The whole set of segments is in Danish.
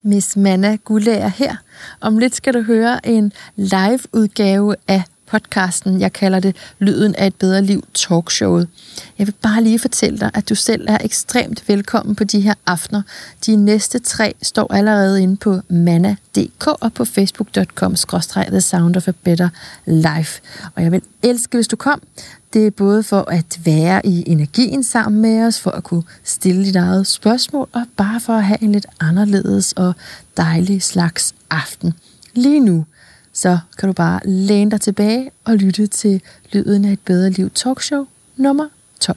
Miss Manna Guldager her. Om lidt skal du høre en live-udgave af podcasten. Jeg kalder det Lyden af et bedre liv talkshowet. Jeg vil bare lige fortælle dig, at du selv er ekstremt velkommen på de her aftener. De næste 3 står allerede inde på manna.dk og på facebook.com/The Sound of a Better Life. Og jeg vil elske, hvis du kom. Det er både for at være i energien sammen med os, for at kunne stille dit eget spørgsmål, og bare for at have en lidt anderledes og dejlig slags aften. Lige nu, så kan du bare læne dig tilbage og lytte til Lyden af et bedre liv talkshow nummer 12.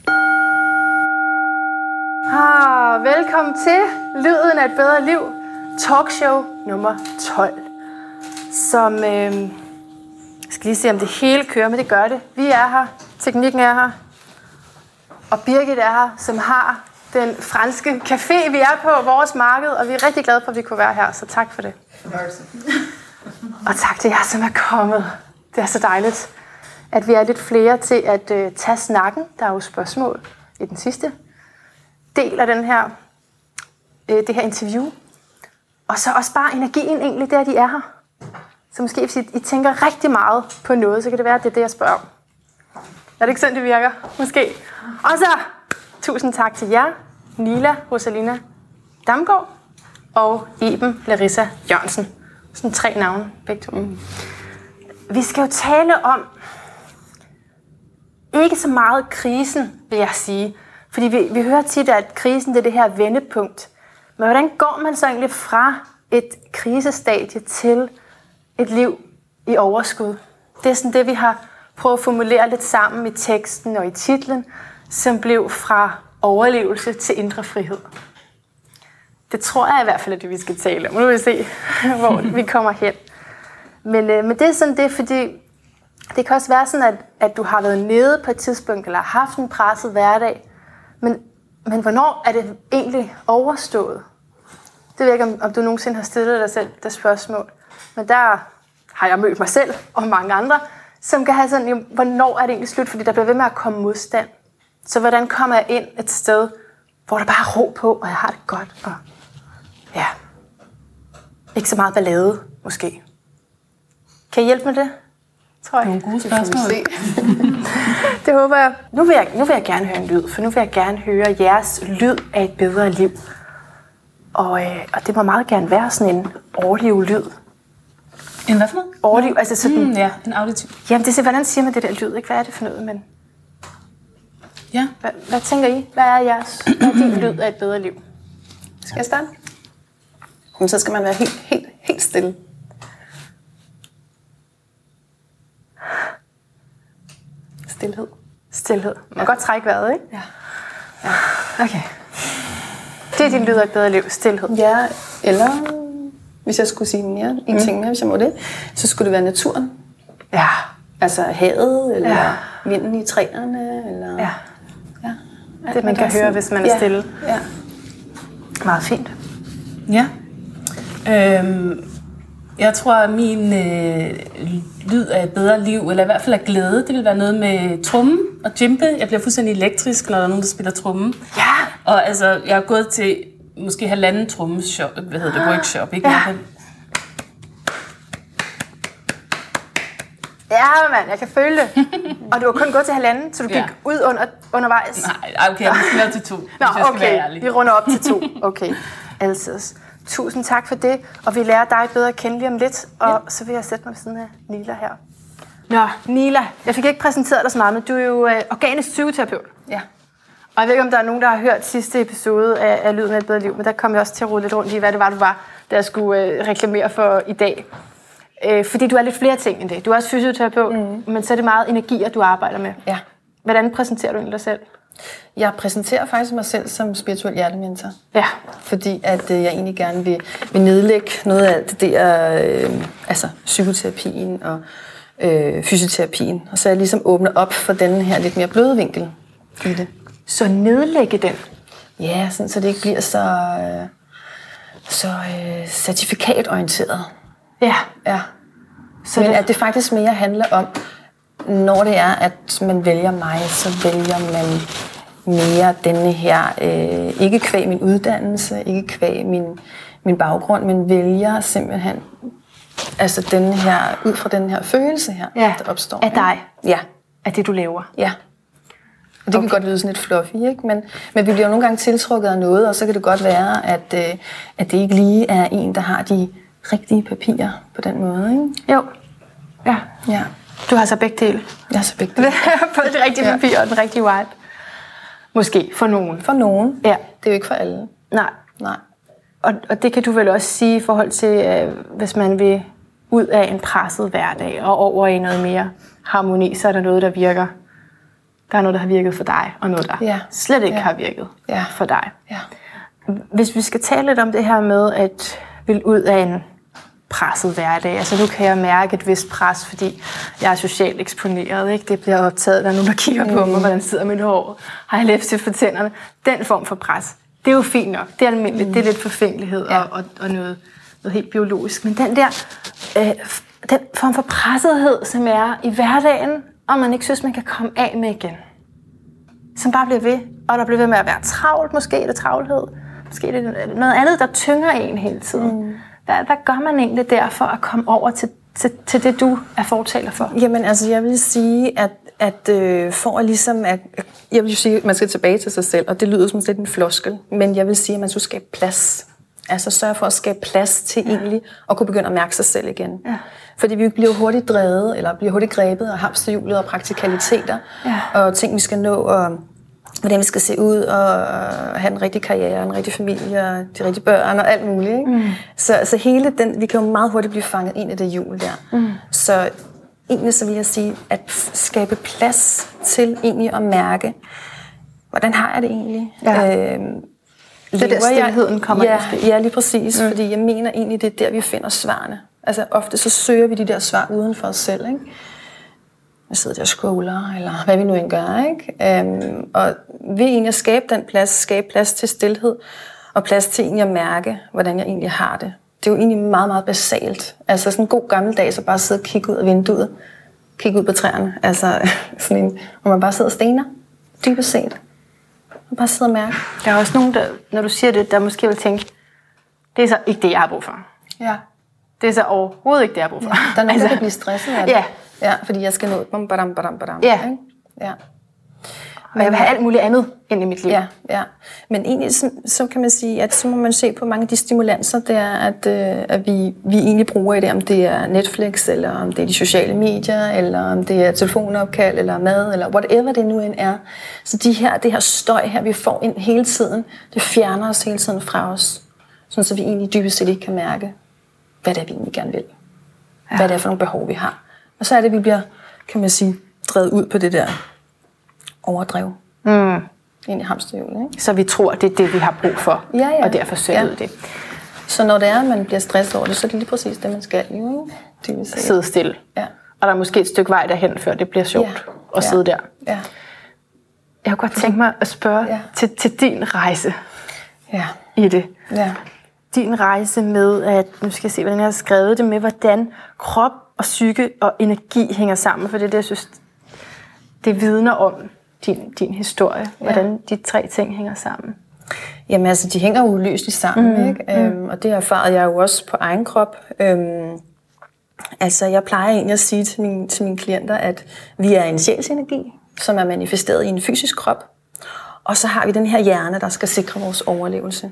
Velkommen til Lyden af et bedre liv talkshow nummer 12. Som, jeg skal lige se, om det hele kører, men det gør det. Vi er her, teknikken er her, og Birgit er her, som har den franske café, vi er på, vores marked, og vi er rigtig glade for, at vi kunne være her, så tak for det. Og tak til jer, som er kommet. Det er så dejligt, at vi er lidt flere til at tage snakken. Der er jo spørgsmål i den sidste del af det her interview. Og så også bare energien egentlig, der de er her. Så måske hvis I tænker rigtig meget på noget, så kan det være, at det er det, jeg spørger om. Er det ikke sådan, det virker? Måske. Og så tusind tak til jer, Nila Rosalina Damgaard og Eben Larissa Jørgensen. Sådan 3 navne, begge to. Vi skal jo tale om ikke så meget krisen, vil jeg sige. Fordi vi hører tit, at krisen det er det her vendepunkt. Men hvordan går man så egentlig fra et krisestadie til et liv i overskud? Det er sådan det, vi har prøvet at formulere lidt sammen i teksten og i titlen, som blev fra overlevelse til indre frihed. Det tror jeg i hvert fald, at det vi skal tale om. Nu vil vi se, hvor vi kommer hen. Men det er sådan det, fordi det kan også være sådan, at du har været nede på et tidspunkt, eller haft en presset hverdag. Men hvornår er det egentlig overstået? Det ved jeg ikke, om du nogensinde har stillet dig selv det spørgsmål. Men der har jeg mødt mig selv og mange andre, som kan have sådan, hvornår er det egentlig slut? Fordi der bliver ved med at komme modstand. Så hvordan kommer jeg ind et sted, hvor der bare er ro på, og jeg har det godt, og ja, ikke så meget ballade, måske. Kan I hjælpe med det? Tror jeg. Nogle gode spørgsmål. Det håber jeg. Nu vil jeg gerne høre en lyd, for nu vil jeg gerne høre jeres lyd af et bedre liv. Og det må meget gerne være sådan en audio lyd. En hvad for noget? Audio, altså sådan... Ja, en auditiv. Jamen, hvordan siger man det der lyd, ikke? Hvad er det for noget, men... Ja. Hvad tænker I? Hvad er din lyd af et bedre liv? Skal jeg starte? Men så skal man være helt stille. Stilhed. Man kan godt trække vejret, ikke? Ja. Okay. Det er din lyd af et bedre liv. Stilhed. Ja, eller hvis jeg skulle sige en ting mere, hvis jeg må det, så skulle det være naturen. Ja. Altså havet, eller vinden i træerne, eller... Ja. Det man kan høre, hvis man er stille. Ja. Meget fint. Ja. Jeg tror, at min lyd af et bedre liv, eller i hvert fald af glæde, det vil være noget med trommen og djempe. Jeg bliver fuldstændig elektrisk, når der er nogen, der spiller trommen. Ja. Og altså, jeg er gået til måske 1,5 trommeshop, workshop, ikke? Ja. Ja, mand, jeg kan føle det. Og du har kun gået til 1,5, så du gik ud undervejs? Nej, okay, jeg skal være til 2, Nå, hvis jeg skal være ærlig. Vi runder op til 2. Okay, altid. Tusind tak for det, og vi lærer dig bedre at kende lige om lidt, og så vil jeg sætte mig ved siden af Nila her. Nå, Nila, jeg fik ikke præsenteret dig så meget, men du er jo organisk psykoterapeut. Ja. Og jeg ved ikke, om der er nogen, der har hørt sidste episode af Lyden af et bedre liv, men der kom jeg også til at rulle lidt rundt i, hvad det var, da jeg skulle reklamere for i dag. Fordi du er lidt flere ting end det. Du er også fysioterapeut, men så er det meget energier, du arbejder med. Ja. Hvordan præsenterer du dig selv? Jeg præsenterer faktisk mig selv som spirituel hjertementor. Ja. Fordi at jeg egentlig gerne vil nedlægge noget af det der, altså psykoterapien og fysioterapien. Og så jeg ligesom åbner op for den her lidt mere bløde vinkel i det. Så nedlægge den? Ja, sådan, så det ikke bliver så certifikatorienteret. Ja. Ja. Men at det faktisk mere handler om, når det er, at man vælger mig, så vælger man mere denne her, ikke kvæg min uddannelse, ikke kvæg min baggrund, men vælger simpelthen altså den her, ud fra den her følelse her, der opstår. Af dig? Ja. Af det, du laver? Ja. Og det kan godt lyde sådan lidt fluffy, ikke? Men vi bliver jo nogle gange tiltrukket af noget, og så kan det godt være, at det ikke lige er en, der har de rigtige papirer på den måde, ikke? Jo. Ja. Ja. Du har så begge dele. Jeg har så begge dele. På det rigtige papir og den rigtige vibe. Måske for nogen. For nogen. Ja. Det er jo ikke for alle. Nej. Og det kan du vel også sige i forhold til, hvis man vil ud af en presset hverdag og over i noget mere harmoni, så er der noget, der virker. Der er noget, der har virket for dig, og noget, der slet ikke har virket for dig. Ja. Hvis vi skal tale lidt om det her med at vil ud af en presset hverdag. Altså nu kan jeg mærke et vist pres, fordi jeg er socialt eksponeret. Ikke? Det bliver optaget, der er nogen, der kigger på mig, hvordan sidder mit hår, har jeg læbstift for tænderne. Den form for pres, det er jo fint nok. Det er almindeligt, det er lidt forfængelighed og noget helt biologisk. Men den der den form for pressethed, som er i hverdagen, og man ikke synes, man kan komme af med igen. Som bare bliver ved, og der bliver ved med at være travlt, måske er det travlhed, måske er det noget andet, der tynger en hele tiden. Hvad gør man egentlig der for at komme over til det, du er fortaler for? Jamen, altså, jeg vil sige, at for at ligesom... Jeg vil sige, at man skal tilbage til sig selv, og det lyder som lidt en floskel, men jeg vil sige, at man skal skabe plads. Altså sørge for at skabe plads til egentlig at kunne begynde at mærke sig selv igen. Ja. Fordi vi bliver hurtigt drevet, eller bliver hurtigt grebet af hamsterhjulet og praktikaliteter, og ting, vi skal nå, og hvordan vi skal se ud, og have en rigtig karriere, en rigtig familie, og de rigtige børn, og alt muligt. Ikke? Så hele den, vi kan jo meget hurtigt blive fanget ind i det hjul der. Så egentlig så vil jeg sige, at skabe plads til egentlig at mærke, hvordan har jeg det egentlig? Ja. Det der stilheden kommer efter. Ja, lige præcis. Fordi jeg mener egentlig, det er der, vi finder svarene. Altså ofte så søger vi de der svar uden for os selv, ikke? Jeg sidder der og scroller, eller hvad vi nu end gør, ikke? Og ved egentlig at skabe plads til stilhed, og plads til egentlig at mærke, hvordan jeg egentlig har det. Det er jo egentlig meget, meget basalt. Altså sådan en god gammeldag, så bare sidde og kigge ud af vinduet, kigge ud på træerne. Altså sådan en, hvor man bare sidder og stener, dybest set. Og bare sidde og mærke. Der er også nogen, der, når du siger det, der måske vil tænke, det er så ikke det, jeg har brug for. Ja. Det er så overhovedet ikke det, jeg har brug for. Ja, der er nogen, der kan blive stresset af det. Ja. Ja, fordi jeg skal nå badam. Ja. Ja. Og jeg vil have alt muligt andet ind i mit liv. Ja. Men egentlig så kan man sige, at så må man se på mange af de stimulanser, der er, at vi egentlig bruger i det, om det er Netflix, eller om det er de sociale medier, eller om det er telefonopkald, eller mad, eller whatever det nu end er. Så det her støj her, vi får ind hele tiden, det fjerner os hele tiden fra os. Sådan så vi egentlig dybest set ikke kan mærke, hvad det er, vi egentlig gerne vil. Ja. Hvad det er for nogle behov, vi har. Og så er det, vi bliver, kan man sige, drevet ud på det der overdrev. Ind i hamsterhjulet, ikke? Så vi tror, det er det, vi har brug for, og derfor søger ud det. Så når det er, at man bliver stresset over det, så er det lige præcis det, man skal. Jo, sidde stille. Ja. Og der er måske et stykke vej derhen, før det bliver sjovt at sidde der. Ja. Jeg kunne godt tænke mig at spørge til din rejse i det. Ja. Din rejse med, at nu skal jeg se, hvordan jeg har skrevet det med, hvordan krop og psyke og energi hænger sammen. For det er det, jeg synes, det vidner om din historie. Hvordan de tre ting hænger sammen. Jamen altså, de hænger uløseligt sammen, ikke? Og det erfarede jeg jo også på egen krop. Altså, jeg plejer egentlig at sige til mine klienter, at vi er en sjælsenergi, som er manifesteret i en fysisk krop. Og så har vi den her hjerne, der skal sikre vores overlevelse.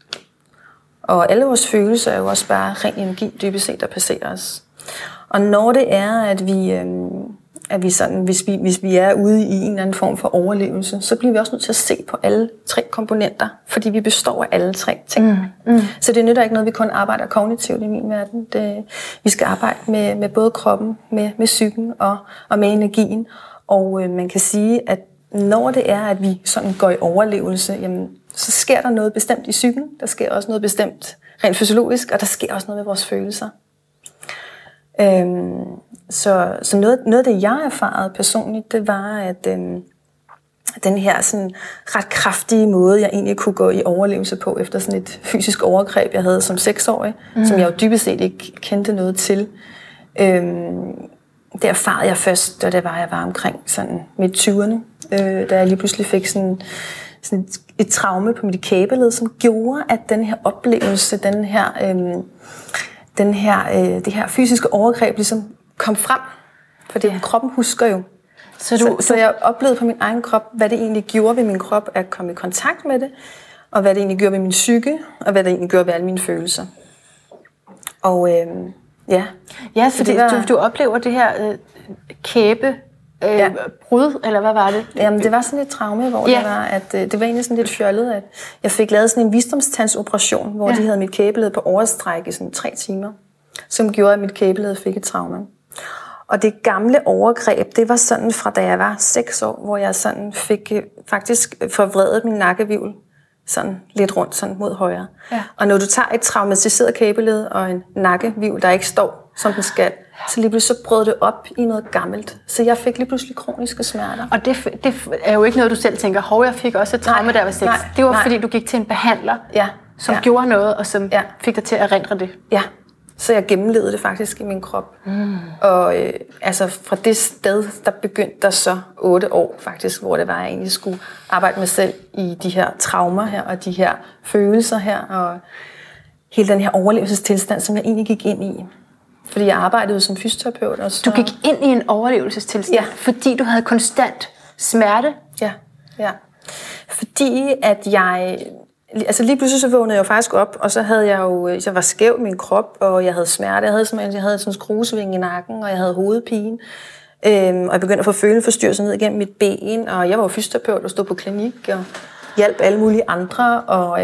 Og alle vores følelser er jo også bare ren energi, dybest set, der passerer os. Og når det er, at vi sådan, hvis vi er ude i en eller anden form for overlevelse, så bliver vi også nødt til at se på alle tre komponenter, fordi vi består af alle tre ting. Så det nytter ikke noget, vi kun arbejder kognitivt i min verden. Vi skal arbejde med både kroppen, med psyken og med energien. Og man kan sige, at når det er, at vi sådan går i overlevelse, jamen, så sker der noget bestemt i psyken. Der sker også noget bestemt rent fysiologisk, og der sker også noget med vores følelser. Så noget af det, jeg erfarede personligt, det var, at den her sådan ret kraftige måde, jeg egentlig kunne gå i overlevelse på, efter sådan et fysisk overgreb, jeg havde som 6-årig, som jeg jo dybest set ikke kendte noget til. Det erfarede jeg først, da jeg var omkring sådan midt 20'erne, da jeg lige pludselig fik sådan sådan et traume på mit kæbeled, som gjorde, at den her oplevelse, det her fysiske overgreb ligesom kom frem. Fordi kroppen husker jo. Så jeg oplevede på min egen krop, hvad det egentlig gjorde ved min krop at komme i kontakt med det, og hvad det egentlig gjorde ved min psyke, og hvad det egentlig gjorde ved alle mine følelser. Og Ja, fordi du oplever det her brud, eller hvad var det? Jamen, det var sådan et traume, hvor det var, at det var egentlig sådan lidt fjollet, at jeg fik lavet sådan en visdomstandsoperation, hvor de havde mit kæbeled på overstræk i sådan 3 timer, som gjorde, at mit kæbeled fik et traume. Og det gamle overgreb, det var sådan fra da jeg var 6 år, hvor jeg sådan fik faktisk forvredet min nakkehvivl sådan lidt rundt sådan mod højre. Ja. Og når du tager et traumatiseret kæbeled og en nakkehvivl, der ikke står, som den skal, så lige pludselig så brød det op i noget gammelt. Så jeg fik lige pludselig kroniske smerter. Og det er jo ikke noget, du selv tænker, jeg fik også et traume, der var 6. Det var fordi, du gik til en behandler, som gjorde noget, og som fik dig til at erindre det. Ja. Så jeg gennemlevede det faktisk i min krop. Og fra det sted, der begyndte der så 8 år faktisk, hvor det var, jeg egentlig skulle arbejde med selv i de her traumer her, og de her følelser her, og hele den her overlevelsestilstand, som jeg egentlig gik ind i. Fordi jeg arbejdede som fysioterapeut. Og så... Du gik ind i en overlevelsestilstand, fordi du havde konstant smerte? Ja. Fordi at jeg... Altså lige pludselig så vågnede jeg jo faktisk op, og så havde jeg var skæv i min krop, og jeg havde smerte. Jeg havde sådan en skruesving i nakken, og jeg havde hovedpine. Og jeg begyndte at få føleforstyrrelser ned igennem mit ben, og jeg var jo fysioterapeut og stod på klinik og hjalp alle mulige andre. Og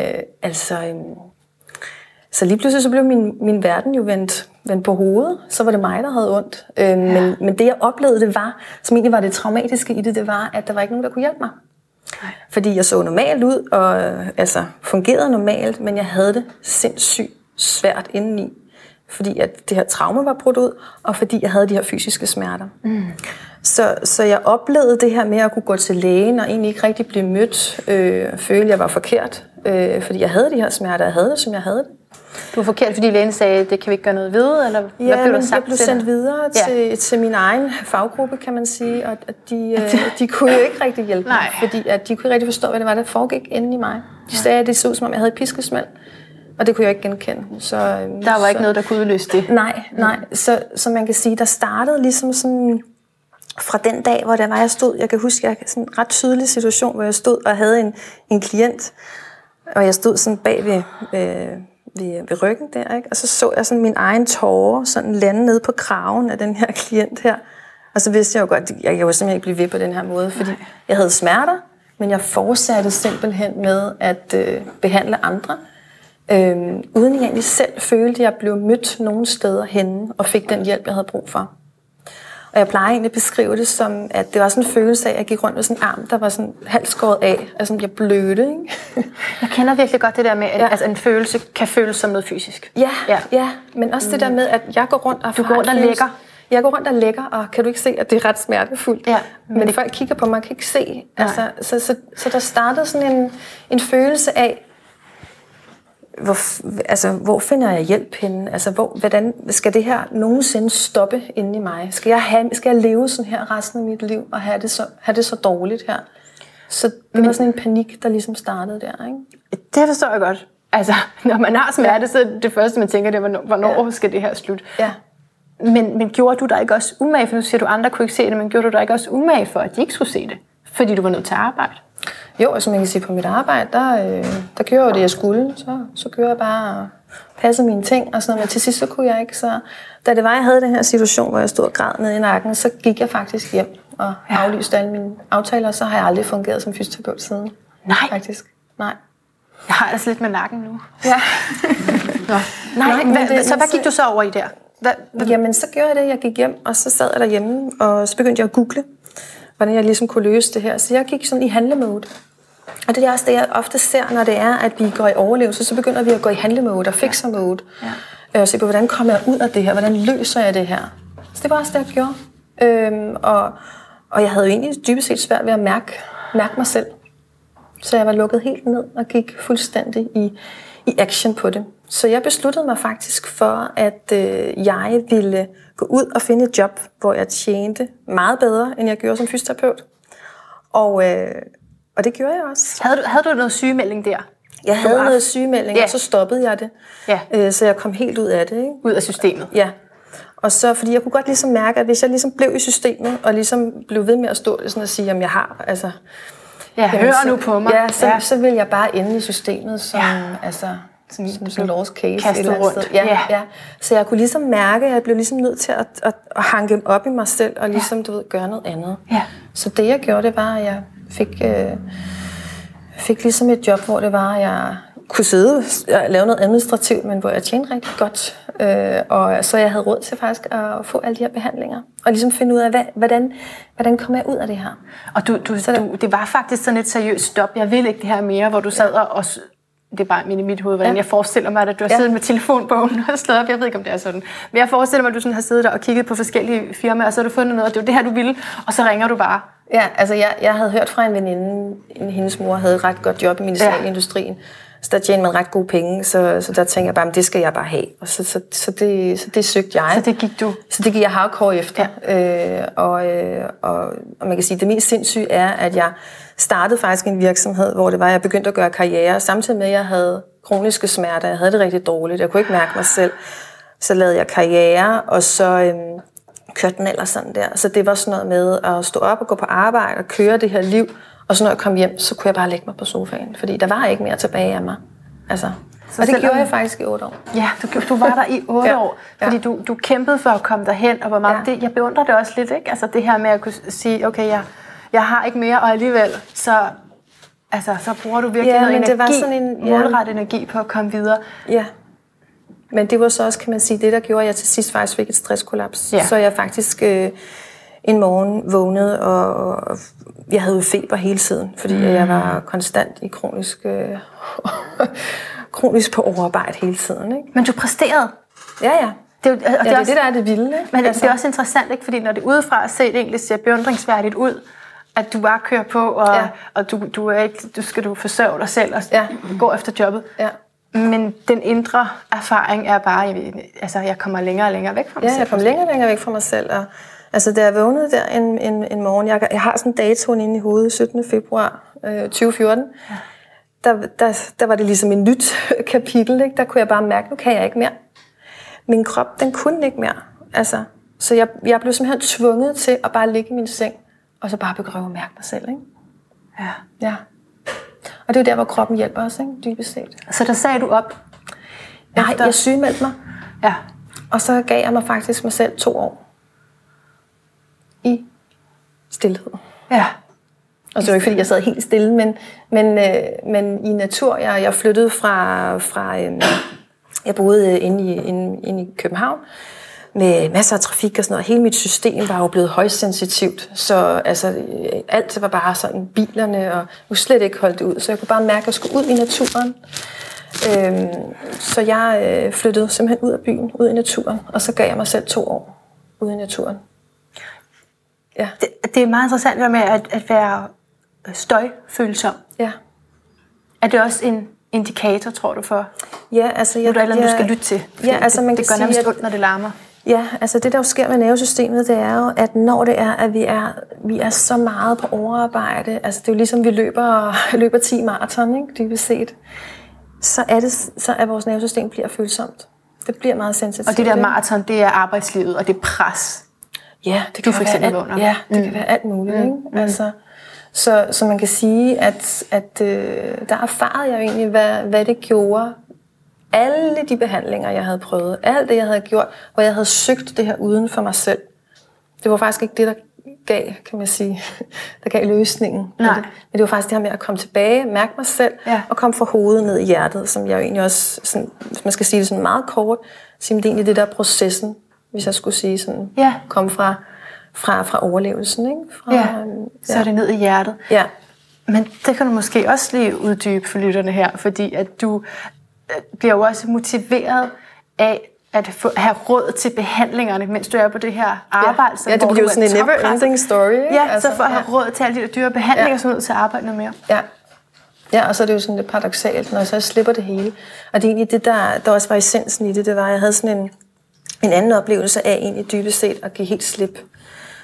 så lige pludselig så blev min verden jo vendt på hovedet. Så var det mig, der havde ondt. Men det jeg oplevede, det var, som egentlig var det traumatiske i det, det var, at der var ikke nogen, der kunne hjælpe mig. Fordi jeg så normalt ud, og fungerede normalt, men jeg havde det sindssygt svært indeni. Fordi at det her traume var brudt ud, og fordi jeg havde de her fysiske smerter. Så jeg oplevede det her med at kunne gå til lægen, og egentlig ikke rigtig blive mødt, føle, jeg var forkert. Fordi jeg havde de her smerter, jeg havde det, som jeg havde det. Du var forkert, fordi lægen sagde, det kan vi ikke gøre noget ved, eller hvad blev der sagt? Jeg blev sendt videre til min egen faggruppe, kan man sige, og de kunne jo ikke rigtig hjælpe mig, fordi at de kunne ikke rigtig forstå, hvad det var, der foregik inde i mig. De sagde, at det så ud, som om jeg havde et piskesmæld, og det kunne jeg ikke genkende. Der var ikke noget, der kunne udløse det? Nej. Så man kan sige, der startede ligesom sådan... Fra den dag, hvor jeg stod, jeg kan huske, jeg sådan en ret tydelig situation, hvor jeg stod og havde en klient, og jeg stod sådan bag ved ryggen der, ikke? Og så jeg sådan min egen tårer sådan lande ned på kraven af den her klient her. Og så vidste jeg jo godt, at jeg kunne simpelthen ikke blive ved på den her måde, fordi jeg havde smerter, men jeg fortsatte simpelthen med at behandle andre, uden jeg egentlig selv følte, at jeg blev mødt nogle steder henne og fik den hjælp, jeg havde brug for. Og jeg plejer egentlig at beskrive det som, at det var sådan en følelse af, at jeg gik rundt med sådan en arm, der var sådan halvt skåret af, altså jeg blødte, ikke? Jeg kender virkelig godt det der med, at en følelse kan føles som noget fysisk. Ja, men også det der med, at jeg går rundt og... Du går rundt og lægger. Jeg går rundt og lægger, og kan du ikke se, at det er ret smertefuldt? Ja. Men folk kigger på mig, kan ikke se. Altså, så der startede sådan en følelse af, hvor finder jeg hjælp henne? Altså, hvordan skal det her nogensinde stoppe inde i mig? Skal jeg leve sådan her resten af mit liv og have det så dårligt her? Så det var sådan en panik, der ligesom startede der, ikke? Det forstår jeg godt. Altså, når man har smerte, så det første, man tænker, det er, hvornår skal det her slutte? Ja. Men gjorde du dig ikke også umage, for nu siger du, andre kunne ikke se det, men gjorde du dig ikke også umage for, at de ikke skulle se det? Fordi du var nødt til at arbejde? Jo, altså man kan sige, på mit arbejde, der gjorde jeg det, jeg skulle. Så gjorde jeg bare og passede mine ting og sådan noget, men til sidst så kunne jeg ikke. Så da det var, jeg havde den her situation, hvor jeg stod og græd ned i nakken, så gik jeg faktisk hjem og aflyste alle mine aftaler, og så har jeg aldrig fungeret som fysioterapeut siden. Nej. Faktisk. Nej. Jeg har altså lidt med nakken nu. Ja. Så hvad gik du så over i der? Jamen, så gjorde jeg det. Jeg gik hjem, og så sad jeg derhjemme, og så begyndte jeg at google, hvordan jeg ligesom kunne løse det her. Så jeg gik sådan i handlemode. Og det er også det, jeg ofte ser, når det er, at vi går i overlevelse, så begynder vi at gå i handlemode og fixer-mode. Og se på, hvordan kommer jeg ud af det her? Hvordan løser jeg det her? Så det var også det, jeg gjorde. Og jeg havde jo egentlig dybest set svært ved at mærke mig selv. Så jeg var lukket helt ned og gik fuldstændig i action på det. Så jeg besluttede mig faktisk for, at jeg ville gå ud og finde et job, hvor jeg tjente meget bedre, end jeg gjorde som fysioterapeut. Og det gjorde jeg også. Havde du noget sygemelding der? Jeg havde noget sygemelding, og så stoppede jeg det. Ja. Så jeg kom helt ud af det. Ikke? Ud af systemet? Ja. Og så, fordi jeg kunne godt ligesom mærke, at hvis jeg ligesom blev i systemet, og ligesom blev ved med at stå sådan og sige, at jeg har, altså... Ja, hør nu på mig. Ja, så ville jeg bare ende i systemet som, som lost case. Kastet rundt. Ja. Så jeg kunne ligesom mærke, at jeg blev ligesom nødt til at hanke op i mig selv, og ligesom, du ved, gøre noget andet. Ja. Så det jeg gjorde, det var, at jeg fik ligesom et job, hvor det var, at jeg kunne sidde og lave noget administrativt, men hvor jeg tjente rigtig godt. Og så jeg havde råd til faktisk at få alle de her behandlinger. Og ligesom finde ud af, hvordan kommer jeg ud af det her. Og det var faktisk sådan et seriøst stop. Jeg vil ikke det her mere, hvor du sad og det er bare i mit hoved, hvordan jeg forestiller mig, at du har siddet med telefonbogen og slået op. Jeg ved ikke, om det er sådan. Men jeg forestiller mig, at du sådan har siddet der og kigget på forskellige firmaer, og så har du fundet noget, og det var det her, du ville, og så ringer du bare. Ja, altså jeg havde hørt fra en veninde, hendes mor havde et ret godt job i medicinalindustrien, så der tjente man ret gode penge, så der tænkte jeg bare, det skal jeg bare have. Og så det søgte jeg. Så det gik du? Så det gik jeg hardcore efter. Ja. Og man kan sige, det mest sindssyge er, at jeg startede faktisk en virksomhed, hvor det var, at jeg begyndte at gøre karriere, samtidig med, at jeg havde kroniske smerter. Jeg havde det rigtig dårligt. Jeg kunne ikke mærke mig selv. Så lavede jeg karriere, og så kørte den ellers sådan der. Så det var sådan noget med at stå op og gå på arbejde og køre det her liv. Og så når jeg kom hjem, så kunne jeg bare lægge mig på sofaen, fordi der var ikke mere tilbage af mig. Altså. Og det gjorde jeg faktisk i 8 år. Ja, du var der i 8 år, fordi du kæmpede for at komme derhen, og hvor meget jeg beundrer det også lidt, ikke? Altså det her med at kunne sige, okay, jeg har ikke mere, og alligevel, så bruger du virkelig noget energi, det var sådan en målrettet energi på at komme videre. Ja. Men det var så også, kan man sige, det der gjorde, at jeg til sidst faktisk fik et stresskollaps. Ja. Så jeg faktisk en morgen vågnede, og jeg havde feber hele tiden, fordi jeg var konstant i kronisk på overarbejde hele tiden. Ikke? Men du præsterede? Ja. Det er også, det, der er det vilde. Ikke? Men det er også interessant, ikke? Fordi når det udefra set egentlig ser beundringsværdigt ud, at du bare kører på, og du skal forsørge dig selv og gå efter jobbet. Ja. Men den indre erfaring er bare, jeg kommer længere og længere væk fra mig selv. Ja, jeg kommer længere og længere væk fra mig selv. Og, altså, da jeg vågnede der en morgen, jeg har sådan en datoen inde i hovedet, 17. februar 2014, der var det ligesom en nyt kapitel. Ikke? Der kunne jeg bare mærke, nu kan jeg ikke mere. Min krop, den kunne ikke mere. Altså, så jeg blev simpelthen tvunget til at bare ligge i min seng, og så bare begynde at mærke mig selv. Ikke? Ja. Og det er jo der, hvor kroppen hjælper os, ikke? Dybest set. Så der sagde du op? Nej, jeg sygemeldte mig. Ja. Og så gav jeg mig faktisk mig selv 2 år. I stilhed. Ja. Og så var ikke, fordi jeg sad helt stille, men i natur. Jeg flyttede fra jeg boede inde i København, med masser af trafik og sådan noget. Hele mit system var jo blevet højsensitivt, så altså, alt var bare sådan bilerne, og jeg kunne slet ikke holde det ud. Så jeg kunne bare mærke, at jeg skulle ud i naturen. Så jeg flyttede simpelthen ud af byen, ud i naturen, og så gav jeg mig selv 2 år ude i naturen. Ja. Det er meget interessant med at være støjfølsom. Ja. Er det også en indikator, tror du, for? Ja, altså... Nu er der et eller andet, du skal lytte til. Ja, altså man det gør nærmest ondt, når det larmer. Ja, altså det, der jo sker med nervesystemet, det er jo, at når det er, at vi er så meget på overarbejde, altså det er jo ligesom, vi løber 10 maraton, ikke, dybest set, så er vores nervesystem bliver følsomt. Det bliver meget sensitivt. Og det der maraton, det er arbejdslivet, og det er pres. Ja, det kan være alt muligt, ikke? Altså, så man kan sige, at der erfarede jeg jo egentlig, hvad det gjorde. Alle de behandlinger, jeg havde prøvet, alt det, jeg havde gjort, hvor jeg havde søgt det her uden for mig selv, det var faktisk ikke det, der gav, kan man sige, der gav løsningen. Nej. Men det var faktisk det her med at komme tilbage, mærke mig selv, og komme fra hovedet ned i hjertet, som jeg jo egentlig også, sådan, hvis man skal sige det sådan meget kort, så det er egentlig det der processen, hvis jeg skulle sige sådan, komme fra overlevelsen, ikke? Så er det ned i hjertet. Ja. Men det kan du måske også lige uddybe for lytterne her, fordi at du bliver jo også motiveret af at have råd til behandlingerne, mens du er på det her arbejde. Ja, det bliver jo sådan en never-ending story. Ikke? Ja, altså, så for at have råd til alle de der dyre behandlinger, så er du nødt til at arbejde noget mere. Ja, og så er det jo sådan lidt paradoksalt, når så jeg slipper det hele. Og det er egentlig det, der også var essensen i det, det var, at jeg havde sådan en anden oplevelse af egentlig dybest set at give helt slip.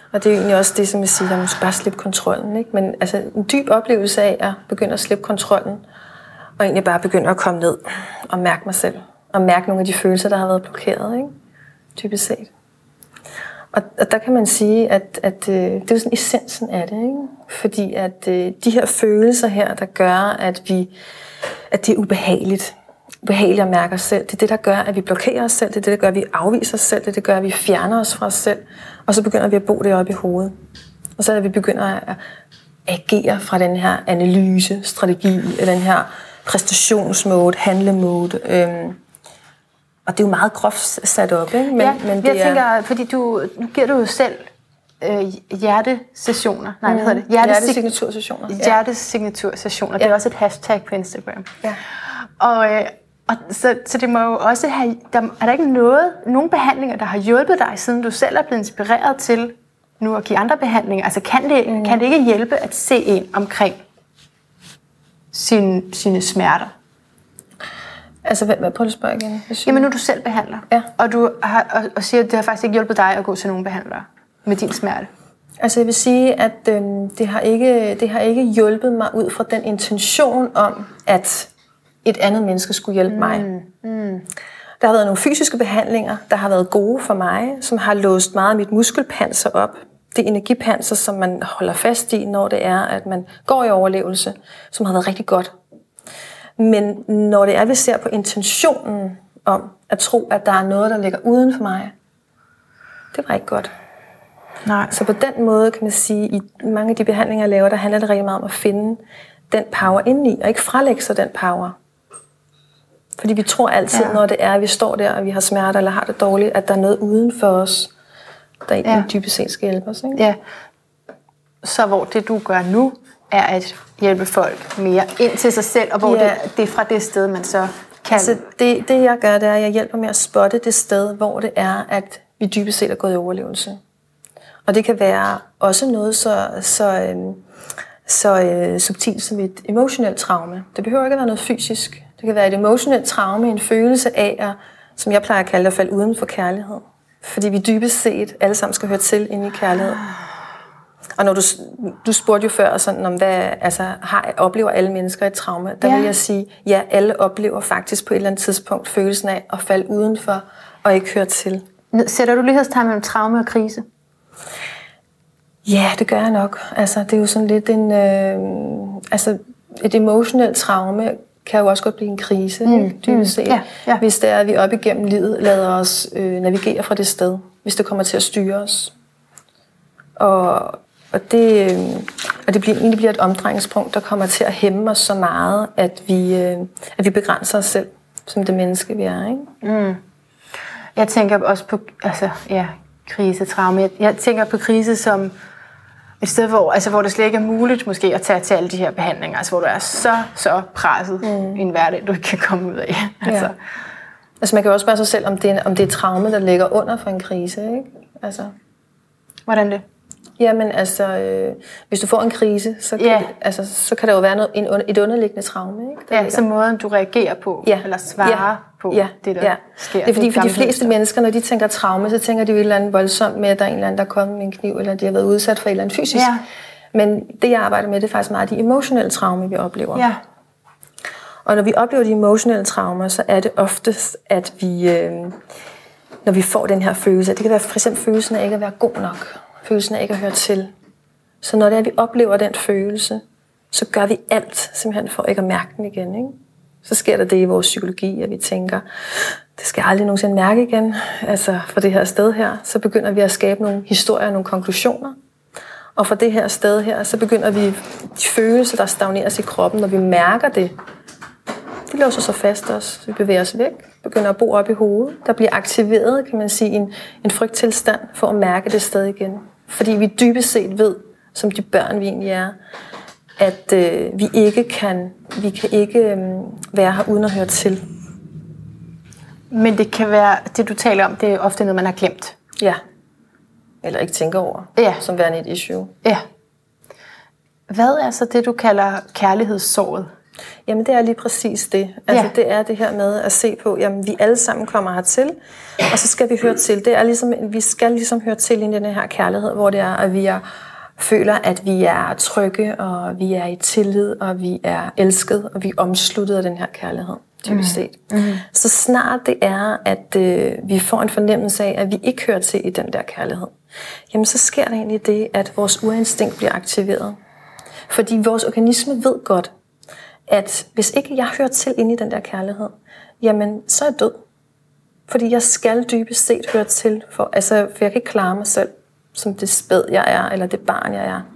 Og det er jo egentlig også det, som jeg siger, at man skal bare slippe kontrollen. Ikke? Men altså, en dyb oplevelse af at begynde at slippe kontrollen, og egentlig bare begynde at komme ned og mærke mig selv. Og mærke nogle af de følelser, der har været blokeret, ikke? Typisk set. Og der kan man sige, at det er jo sådan essensen af det, ikke? Fordi at de her følelser her, der gør, at det er ubehageligt. Ubehageligt at mærke os selv. Det er det, der gør, at vi blokerer os selv. Det er det, der gør, at vi afviser os selv. Det er det, der gør, at vi fjerner os fra os selv. Og så begynder vi at bo deroppe i hovedet. Og så er det, at vi begynder at agere fra den her analyse, strategi, eller den her præstationsmode, handlemode. Og det er jo meget groft sat op, ikke? Men jeg tænker, fordi nu giver du jo selv hjertesessioner. Nej, hvad hedder det? Hjertesignatursessioner. Hjertesignatursessioner. Det er også et hashtag på Instagram. Ja. Og så det må jo også have... er der ikke nogen behandlinger, der har hjulpet dig, siden du selv er blevet inspireret til nu at give andre behandlinger? Altså kan det ikke hjælpe at se en omkring sine smerter? Altså, hvad prøver du at spørge igen? Jamen, nu du selv behandler, og du og siger, at det har faktisk ikke hjulpet dig at gå til nogle behandlere med din smerte. Altså, jeg vil sige, at det har ikke hjulpet mig ud fra den intention om, at et andet menneske skulle hjælpe mig. Der har været nogle fysiske behandlinger, der har været gode for mig, som har låst meget af mit muskelpanser op. Det energipanser, som man holder fast i, når det er, at man går i overlevelse, som har været rigtig godt. Men når det er, vi ser på intentionen om at tro, at der er noget, der ligger uden for mig, det var ikke godt. Nej. Så på den måde kan man sige, i mange af de behandlinger, jeg laver, der handler det rigtig meget om at finde den power indeni, og ikke fralægge sig den power. Fordi vi tror altid, når det er, at vi står der, og vi har smerter eller har det dårligt, at der er noget uden for os, der egentlig dybest set skal hjælpe os. Ikke? Ja. Så hvor det, du gør nu, er at hjælpe folk mere ind til sig selv, og hvor det er fra det sted, man så kan... Altså, det jeg gør, det er, at jeg hjælper med at spotte det sted, hvor det er, at vi dybest set er gået i overlevelse. Og det kan være også noget så subtilt som et emotionelt traume. Det behøver ikke at være noget fysisk. Det kan være et emotionelt traume, en følelse af, som jeg plejer at kalde det, at falde uden for kærlighed. Fordi vi dybest set alle sammen skal høre til inde i kærlighed. Og når du spurgte jo før, sådan, om oplever alle mennesker et traume, der vil jeg sige, ja, alle oplever faktisk på et eller andet tidspunkt følelsen af at falde udenfor og ikke høre til. Sætter du lighedstegn mellem traume og krise? Ja, det gør jeg nok. Altså, det er jo sådan lidt et emotionelt traume kan jo også godt blive en krise, dybest set. Hvis det er, at vi op igennem livet lader os navigere fra det sted, hvis det kommer til at styre os. Og det bliver et omdrejningspunkt, der kommer til at hæmme os så meget, at vi begrænser os selv som det menneske, vi er. Ikke? Jeg tænker også på krise, traume. Jeg tænker på krise som et sted, hvor det slet ikke er muligt måske at tage til alle de her behandlinger, altså hvor du er så presset i en hverdag, du ikke kan komme ud af. Altså man kan jo også spørge sig selv, om det er traume, der ligger under for en krise, ikke? Altså. Hvordan det? Jamen altså, hvis du får en krise, så kan der jo være et underliggende traume, ikke? Så måden du reagerer på, eller svarer på det, der sker. Det er fordi, for de fleste mennesker, når de tænker traume, så tænker de jo et eller andet voldsomt med, at der er en eller anden, der er kommet med en kniv, eller de har været udsat for et eller andet fysisk. Men det, jeg arbejder med, det er faktisk meget de emotionelle traume, vi oplever. Og når vi oplever de emotionelle traumer, så er det oftest, at vi, når vi får den her følelse, det kan være for eksempel følelsen af ikke at være god nok, følelsen af ikke at høre til. Så når det er, vi oplever den følelse, så gør vi alt simpelthen for ikke at mærke den igen. Ikke? Så sker der det i vores psykologi, at vi tænker, det skal jeg aldrig nogensinde mærke igen, altså fra det her sted her. Så begynder vi at skabe nogle historier, nogle konklusioner. Og fra det her sted her, så begynder vi de følelser, der stagneres i kroppen, når vi mærker det. De låser sig fast også, så vi bevæger os væk, begynder at bo op i hovedet. Der bliver aktiveret, kan man sige, en frygttilstand for at mærke det sted igen. Fordi vi dybest set ved, som de børn vi egentlig er, at vi kan ikke være her uden at høre til. Men det kan være, det du taler om, det er ofte noget, man har glemt. Ja. Eller ikke tænker over, som værende et issue. Ja. Hvad er så det, du kalder kærlighedssåret? Jamen, det er lige præcis det. Altså, det er det her med at se på, jamen, vi alle sammen kommer hertil, og så skal vi høre til. Det er ligesom, vi skal ligesom høre til i den her kærlighed, hvor det er, at vi føler, at vi er trygge, og vi er i tillid, og vi er elsket, og vi er omsluttet af den her kærlighed, typisk set. Så snart det er, at vi får en fornemmelse af, at vi ikke hører til i den der kærlighed, jamen, så sker der egentlig det, at vores urinstinkt bliver aktiveret. Fordi vores organisme ved godt, at hvis ikke jeg hører til inde i den der kærlighed, jamen, så er jeg død. Fordi jeg skal dybest set høre til, for jeg kan ikke klare mig selv, som det spæd jeg er, eller det barn jeg er.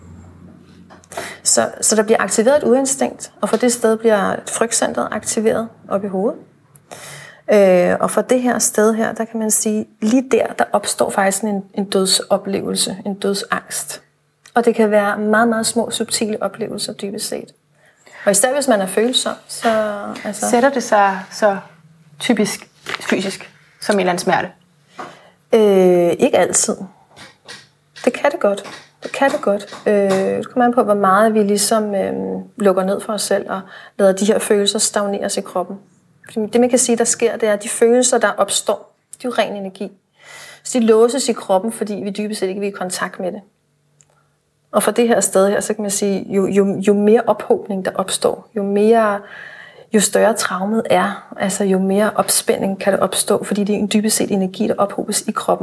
Så der bliver aktiveret et urinstinkt, og fra det sted bliver frygtcentret aktiveret op i hovedet. Og fra det her sted her, der kan man sige, lige der opstår faktisk en dødsoplevelse, en dødsangst. Og det kan være meget, meget små, subtile oplevelser, dybest set. Og især hvis man er følsom, så... Sætter det sig så typisk fysisk, som en eller anden smerte? Ikke altid. Det kan det godt. Det kommer an på, hvor meget vi ligesom lukker ned for os selv, og lader de her følelser stagneres i kroppen. Det man kan sige, der sker, det er, at de følelser, der opstår, de er jo ren energi. Så de låses i kroppen, fordi vi dybest set ikke vil i kontakt med det. Og fra det her sted her, så kan man sige, jo mere ophobning der opstår, jo større traumet er, altså jo mere opspænding kan der opstå, fordi det er en dybest set energi, der ophobes i kroppen.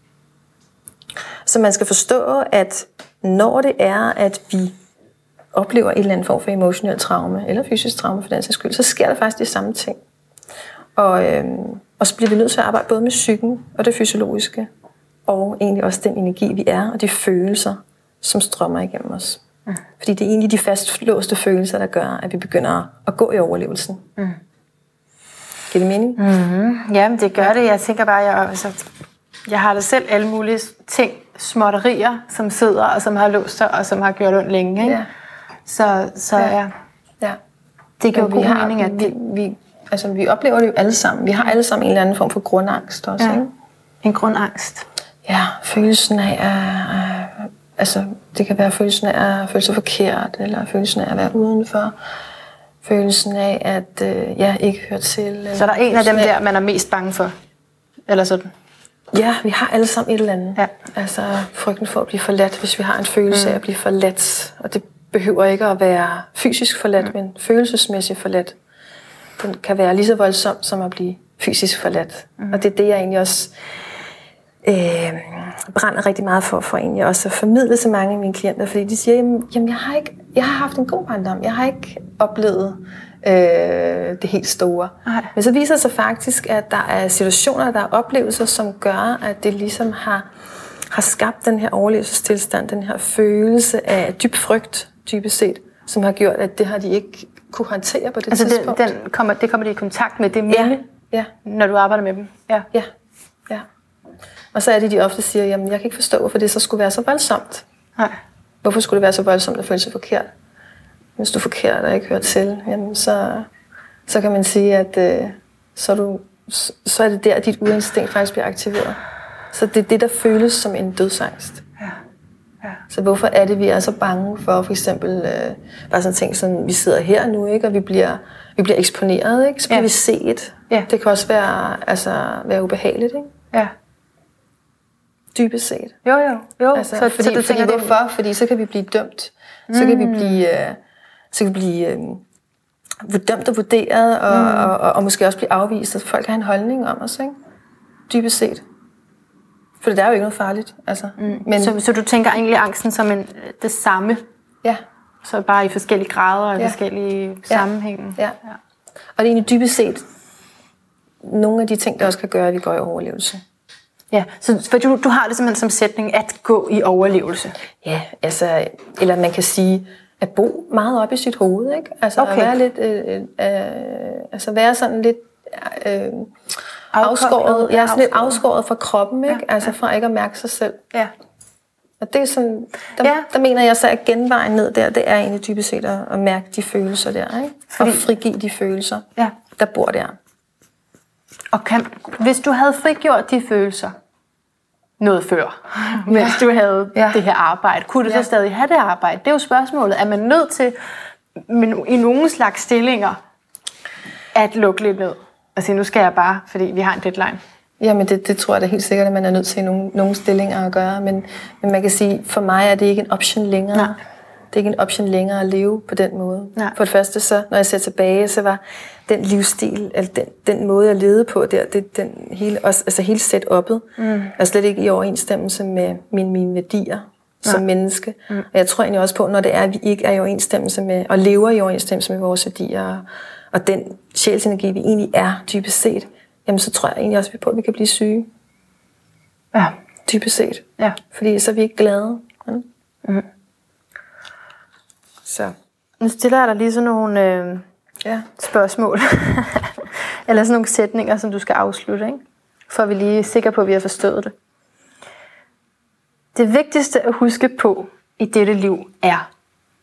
Så man skal forstå, at når det er, at vi oplever en eller anden form for emotionel traume, eller fysisk traume for den sags skyld, så sker der faktisk de samme ting. Og så bliver vi nødt til at arbejde både med psyken og det fysiologiske, og egentlig også den energi, vi er, og de følelser, som strømmer igennem os. Fordi det er egentlig de fastlåste følelser, der gør, at vi begynder at gå i overlevelsen. Giver det mening? Jamen, det gør det. Jeg tænker bare, jeg har da selv alle mulige ting, småtterier, som sidder, og som har låst sig, og som har gjort ondt længe. Ikke? Ja. Ja. Det giver god mening, at vi oplever det jo alle sammen. Vi har alle sammen en eller anden form for grundangst også. Ja. Ikke? En grundangst. Ja, følelsen af det kan være følelsen af at føle sig forkert, eller følelsen af at være udenfor, følelsen af at jeg ikke hører til. Så der er en af dem der, man er mest bange for? Eller sådan? Ja, vi har alle sammen et eller andet. Ja. Altså frygten for at blive forladt, hvis vi har en følelse af at blive forladt. Og det behøver ikke at være fysisk forladt, men følelsesmæssigt forladt. Den kan være lige så voldsom som at blive fysisk forladt. Og det er det, jeg egentlig også brænder rigtig meget for egentlig også at formidle til mange af mine klienter, fordi de siger, jamen jeg har haft en god barndom, jeg har ikke oplevet det helt store. Nej. Men så viser det sig faktisk, at der er situationer, der er oplevelser, som gør, at det ligesom har skabt den her overlevelsestilstand, den her følelse af dyb frygt, dybest set, som har gjort, at det har de ikke kunne håndtere på det tidspunkt. Det kommer de i kontakt med, det minde, når du arbejder med dem? Ja. Og så er det, de ofte siger, jamen jeg kan ikke forstå, hvorfor det så skulle være så voldsomt. Nej. Hvorfor skulle det være så voldsomt at føle sig forkert? Hvis du er forkert og ikke hører til, jamen så kan man sige, at så er det der, at dit urinstinkt faktisk bliver aktiveret. Så det er det, der føles som en dødsangst. Ja. Så hvorfor er det, vi er så bange for eksempel bare sådan ting, som vi sidder her nu, ikke, og vi bliver eksponeret, ikke? Så bliver vi set. Ja. Det kan også være ubehageligt, ikke? Ja. Dybest set. Jo. Altså, fordi hvorfor? Fordi så kan vi blive dømt. Så kan vi blive dømt og vurderet, og måske også blive afvist, og folk har en holdning om os, ikke? Dybest set. For det er jo ikke noget farligt. Altså. Men, så du tænker egentlig angsten som det samme? Ja. Så bare i forskellige grader og i forskellige sammenhænge? Ja. Og det er egentlig dybest set nogle af de ting, der også kan gøre, at vi går i overlevelse. Ja, så for du har det simpelthen som sætning at gå i overlevelse? Ja, altså, eller man kan sige at bo meget op i sit hoved, ikke? Altså at være lidt, være sådan lidt afskåret, sådan lidt afskåret fra kroppen, ikke? Ja. Altså fra ikke at mærke sig selv. Ja. Og det er sådan, der mener jeg så, at genvejen ned der, det er egentlig dybest set at mærke de følelser der, ikke? Og frigive de følelser, der bor der. Og hvis du havde frigjort de følelser noget før, mens du havde det her arbejde, kunne du så stadig have det arbejde? Det er jo spørgsmålet. Er man nødt til men i nogle slags stillinger, at lukke lidt ned. Og sige, nu skal jeg bare, fordi vi har en deadline. Jamen det tror jeg da helt sikkert, at man er nødt til i nogle stillinger at gøre. Men man kan sige, for mig er det ikke en option længere. Nej. Det er ikke en option længere at leve på den måde. Nej. For det første, så, når jeg ser tilbage, så var den livsstil, altså den måde, jeg levede på der, den hele, også, altså hele setup'et, er slet ikke i overensstemmelse med mine værdier som menneske. Og jeg tror egentlig også på, når det er, at vi ikke er i overensstemmelse med, og lever i overensstemmelse med vores værdier, og den sjælsenergi, vi egentlig er, dybest set, jamen så tror jeg egentlig også på, at vi kan blive syge. Ja. Dybest set. Ja. Fordi så er vi ikke glade. Så. Nu stiller jeg dig lige sådan nogle spørgsmål. Eller sådan nogle sætninger, som du skal afslutte, ikke? For at vi lige er sikre på, at vi har forstået det. Det vigtigste at huske på i dette liv er?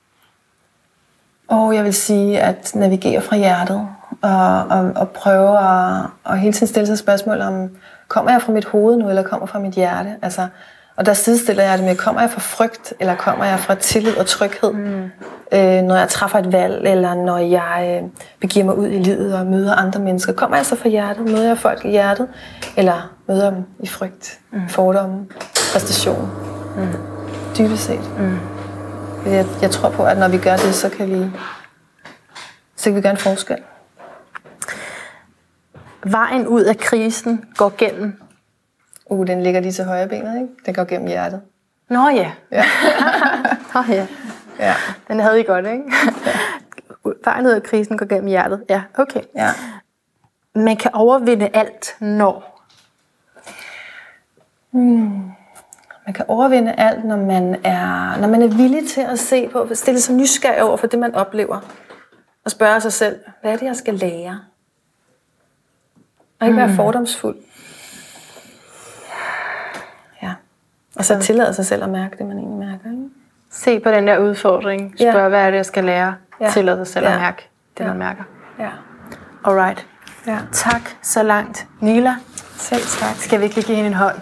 Jeg vil sige, at navigere fra hjertet. Og prøve at hele tiden stille sig spørgsmål om, kommer jeg fra mit hoved nu, eller kommer jeg fra mit hjerte? Altså, og der sidestiller jeg det med, kommer jeg fra frygt, eller kommer jeg fra tillid og tryghed? Når jeg træffer et valg, eller når jeg begiver mig ud i livet og møder andre mennesker. Kommer jeg så fra hjertet? Møder jeg folk i hjertet? Eller møder jeg dem i frygt, fordomme, præstation? Dybest set. Jeg tror på, at når vi gør det, så kan vi gøre en forskel. Vejen ud af krisen går gennem? Den ligger lige til højre benet, ikke? Den går gennem hjertet. Nå ja. Nå ja. Ja. Den havde I godt, ikke? Vejen ud af krisen går gennem hjertet. Ja, okay. Ja. Man kan overvinde alt, når? Man kan overvinde alt, når man er villig til at se på, stille sig nysgerrig over for det, man oplever. Og spørge sig selv, hvad er det, jeg skal lære? Og ikke være fordomsfuld. Ja. Og så tillade sig selv at mærke det, man egentlig mærker. Ikke? Se på den der udfordring. Spørg, hvad er det, jeg skal lære? Tillade sig selv at mærke det, man mærker. Ja. Alright. Ja. Tak så langt, Nila. Selv tak. Skal vi ikke give hende en hånd?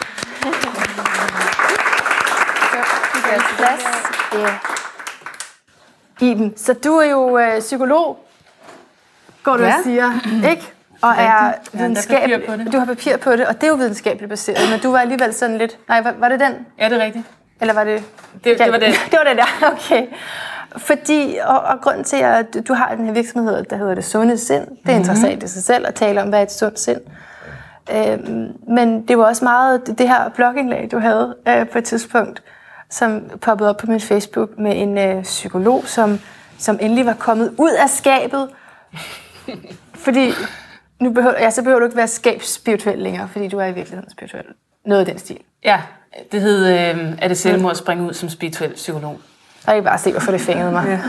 Plads. Yeah. Iben, så du er jo psykolog, går du og siger, ikke? Og er videnskabelig. Du har papir på det, og det er jo videnskabeligt baseret, men du var alligevel sådan lidt... Nej, var det den? Ja, det er rigtigt. Eller var det... Det var det. Det var det der, okay. Fordi, og grunden til, at du har den her virksomhed, der hedder Det Sunde Sind, det er interessant i sig selv at tale om, hvad er et sundt sind. Men det var også meget det her blogindlæg, du havde på et tidspunkt, som poppede op på min Facebook med en psykolog, som endelig var kommet ud af skabet. Fordi så behøver du ikke være skabsspirituel længere, fordi du er i virkeligheden spirituel. Noget af den stil. Ja, det hed, er det selvmord at springe ud som spirituel psykolog. Og ikke bare se, hvorfor det fængede mig. Ja.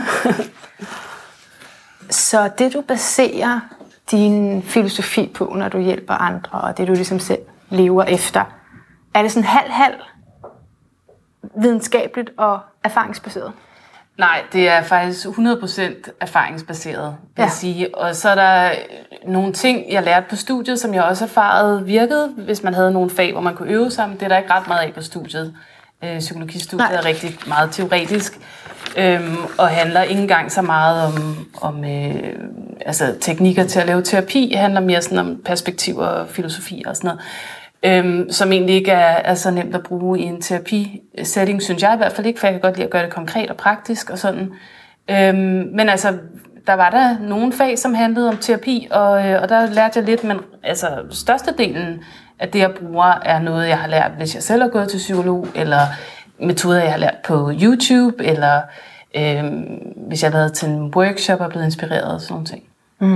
Så det, du baserer din filosofi på, når du hjælper andre, og det, du ligesom selv lever efter, er det sådan halv videnskabeligt og erfaringsbaseret? Nej, det er faktisk 100% erfaringsbaseret, vil jeg sige. Og så er der nogle ting, jeg lærte på studiet, som jeg også erfarede virkede, hvis man havde nogle fag, hvor man kunne øve sammen. Det er der ikke ret meget af på studiet. Psykologistudiet er rigtig meget teoretisk, og handler ikke engang så meget om teknikker til at lave terapi. Det handler mere sådan om perspektiver og filosofi og sådan noget. Som egentlig ikke er så nemt at bruge i en terapisetting, synes jeg i hvert fald ikke, for jeg kan godt lide at gøre det konkret og praktisk og sådan. Men altså, der var der nogle fag, som handlede om terapi, og der lærte jeg lidt, men altså størstedelen af det, jeg bruger, er noget, jeg har lært, hvis jeg selv har gået til psykolog, eller metoder, jeg har lært på YouTube, eller hvis jeg har været til en workshop og blevet inspireret og sådan nogle ting.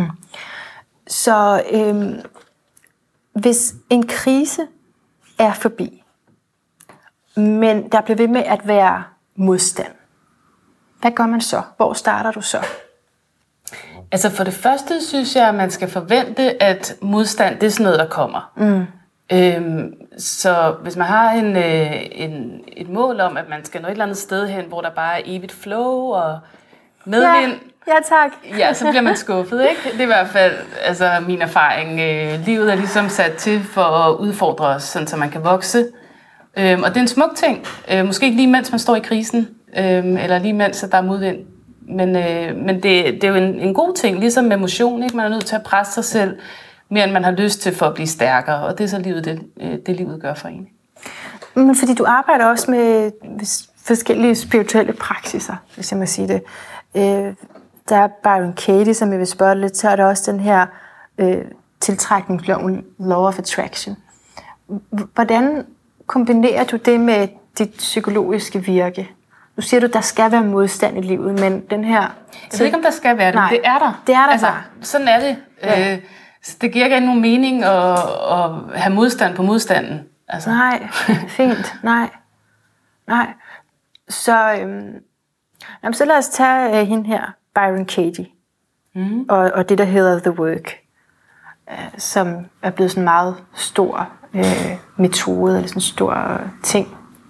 Så hvis en krise er forbi, men der bliver ved med at være modstand, hvad gør man så? Hvor starter du så? Altså for det første synes jeg, at man skal forvente, at modstand, det er sådan noget, der kommer. Så hvis man har et mål om, at man skal nå et eller andet sted hen, hvor der bare er evigt flow og medvind, ja tak. Ja, så bliver man skuffet, ikke? Det er i hvert fald min erfaring. Livet er ligesom sat til for at udfordre os, sådan, så man kan vokse. Og det er en smuk ting. Måske ikke lige mens man står i krisen, eller lige mens der er modvind. Men det er jo en god ting, ligesom med motion, ikke? Man er nødt til at presse sig selv, mere end man har lyst til for at blive stærkere, og det er så livet, det livet gør for en. Men fordi du arbejder også med forskellige spirituelle praksiser, hvis jeg må sige det. Der er Byron Katie, som jeg vil spørge lidt, så er der også den her tiltrækningsloven, Law of Attraction. Hvordan kombinerer du det med dit psykologiske virke? Nu siger du, der skal være modstand i livet, men den her... Jeg ved ikke, om der skal være det, men det er der. Det er der bare. Sådan er det. Ja. Så det giver ikke nogen mening at have modstand på modstanden. Altså. Nej, fint. Nej. Så lad os tage hende her, Byron Katie, og det, der hedder The Work, som er blevet sådan en meget stor metode, eller sådan en stor ting.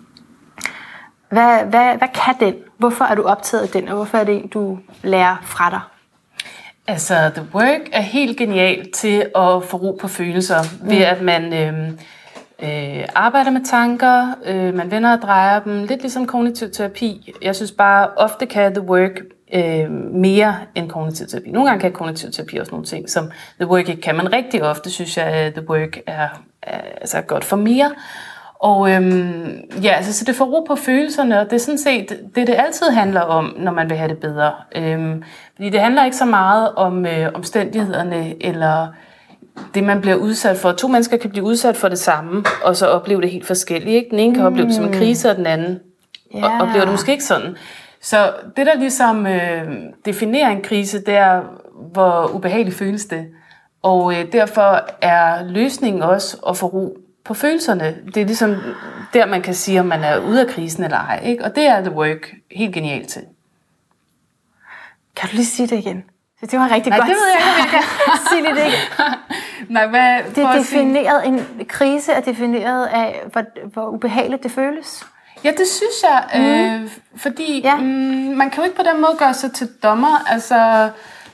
Hvad kan den? Hvorfor er du optaget af den, og hvorfor er det en, du lærer fra dig? Altså, The Work er helt genial til at få ro på følelser, ved at man arbejder med tanker, man vender og drejer dem, lidt ligesom kognitiv terapi. Jeg synes bare, ofte kan The Work mere end kognitiv terapi. Nogle gange kan kognitiv terapi også nogle ting, som The Work ikke kan, men rigtig ofte synes jeg, at The Work er godt for mere. Og så det får ro på følelserne, og det er sådan set det altid handler om, når man vil have det bedre. Fordi det handler ikke så meget om omstændighederne, eller det, man bliver udsat for. 2 mennesker kan blive udsat for det samme, og så opleve det helt forskelligt. Ikke? Den ene kan opleve det som en krise, og den anden oplever det måske ikke sådan. Så det, der ligesom definerer en krise, det er, hvor ubehageligt føles det. Og derfor er løsningen også at få ro på følelserne. Det er ligesom der, man kan sige, om man er ude af krisen eller ej. Ikke? Og det er The Work helt genialt til. Kan du lige sige det igen? Det var rigtig godt. Nej, det ved jeg ikke. Sig det ikke. Nej, hvad? Det er defineret, en krise er defineret af, hvor ubehageligt det føles. Ja, det synes jeg. Fordi man kan jo ikke på den måde gøre sig til dommer. Altså,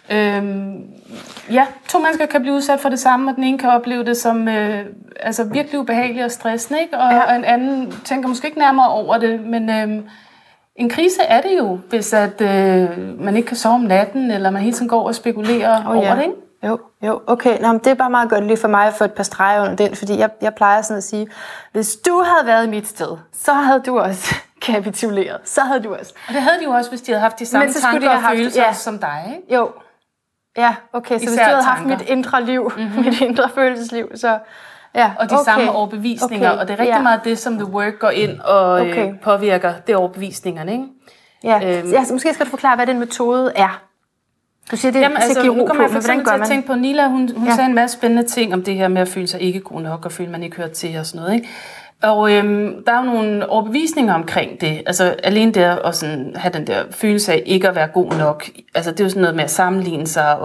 2 mennesker kan blive udsat for det samme, og den ene kan opleve det som virkelig ubehageligt og stressende, ikke? Og en anden tænker måske ikke nærmere over det, men en krise er det jo, hvis at man ikke kan sove om natten, eller man hele tiden går og spekulerer over det, ikke? Jo, okay. Nå, men det er bare meget godt lige for mig at få et par streger under den, fordi jeg plejer sådan at sige, hvis du havde været i mit sted, så havde du også kapituleret. Så havde du også. Og det havde de jo også, hvis de havde haft de samme tanker og følelser som dig, ikke? Jo. Ja, okay. Så især hvis du havde haft tanker. mit indre liv, mit indre følelsesliv, så... Ja, og de samme overbevisninger, og det er rigtig meget det, som The Work går ind og påvirker, det er overbevisningerne, ikke? Ja, så måske skal du forklare, hvad den metode er. Du siger, det skal give ro på, men hvordan gør man? Jeg tænke på, Nila, hun sagde en masse spændende ting om det her med at føle sig ikke god nok, og føle, man ikke hører til og sådan noget, ikke? Og der er jo nogle overbevisninger omkring det. Altså alene det at sådan, have den der følelse af ikke at være god nok. Altså det er jo sådan noget med at sammenligne sig.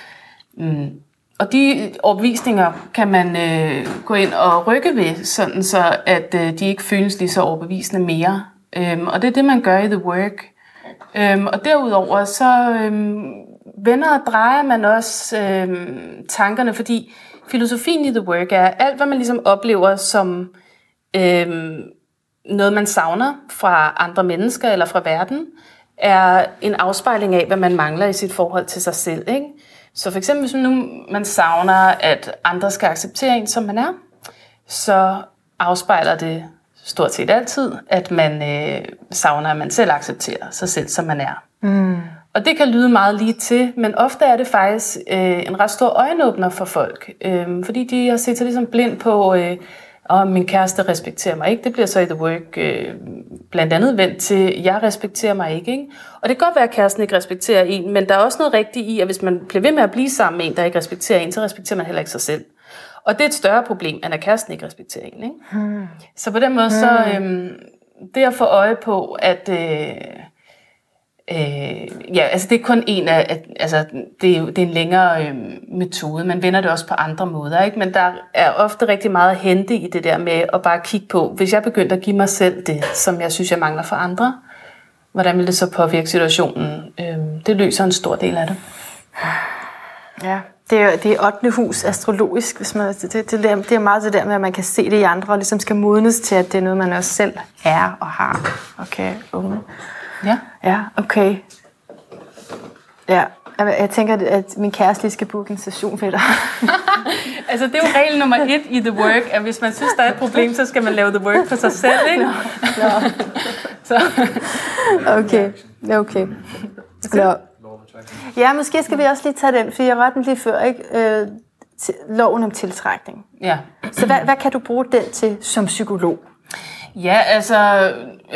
Og de overbevisninger kan man gå ind og rykke ved, sådan så at de ikke føles lige så overbevisende mere. Og det er det, man gør i The Work. Og derudover så vender og drejer man også tankerne, fordi filosofien i The Work er alt, hvad man ligesom oplever som noget, man savner fra andre mennesker eller fra verden, er en afspejling af, hvad man mangler i sit forhold til sig selv, ikke? Så for eksempel, hvis man savner, at andre skal acceptere en, som man er, så afspejler det stort set altid, at man savner, at man selv accepterer sig selv, som man er. Og det kan lyde meget lige til, men ofte er det faktisk en ret stor øjenåbner for folk, fordi de har set sig ligesom blind på, og min kæreste respekterer mig ikke. Det bliver så i The Work blandt andet vendt til, jeg respekterer mig ikke? Og det kan godt være, at kæresten ikke respekterer en, men der er også noget rigtigt i, at hvis man bliver ved med at blive sammen med en, der ikke respekterer en, så respekterer man heller ikke sig selv. Og det er et større problem, end at kæresten ikke respekterer en, ikke? Så på den måde, så det at få øje på, at det er kun en af, det er en længere metode. Man vender det også på andre måder, ikke? Men der er ofte rigtig meget at hente i det der med at bare kigge på, hvis jeg begyndte at give mig selv det, som jeg synes, jeg mangler for andre, hvordan vil det så påvirke situationen? Det løser en stor del af det. Ja, det er 8. hus astrologisk, hvis man, det er meget det der med, at man kan se det i andre, og ligesom skal modnes til, at det er noget, man også selv er og har. Okay, Ja, okay. Ja, jeg tænker, at min kæreste lige skal booke en session for dig. Altså, det er jo regel nummer 1 i The Work, at hvis man synes, der er et problem, så skal man lave The Work for sig selv, ikke? Nå. Så. Okay. Nå. Ja, måske skal vi også lige tage den, for jeg var den lige før, ikke? Loven om tiltrækning. Ja. Så hvad kan du bruge den til som psykolog? Ja, altså,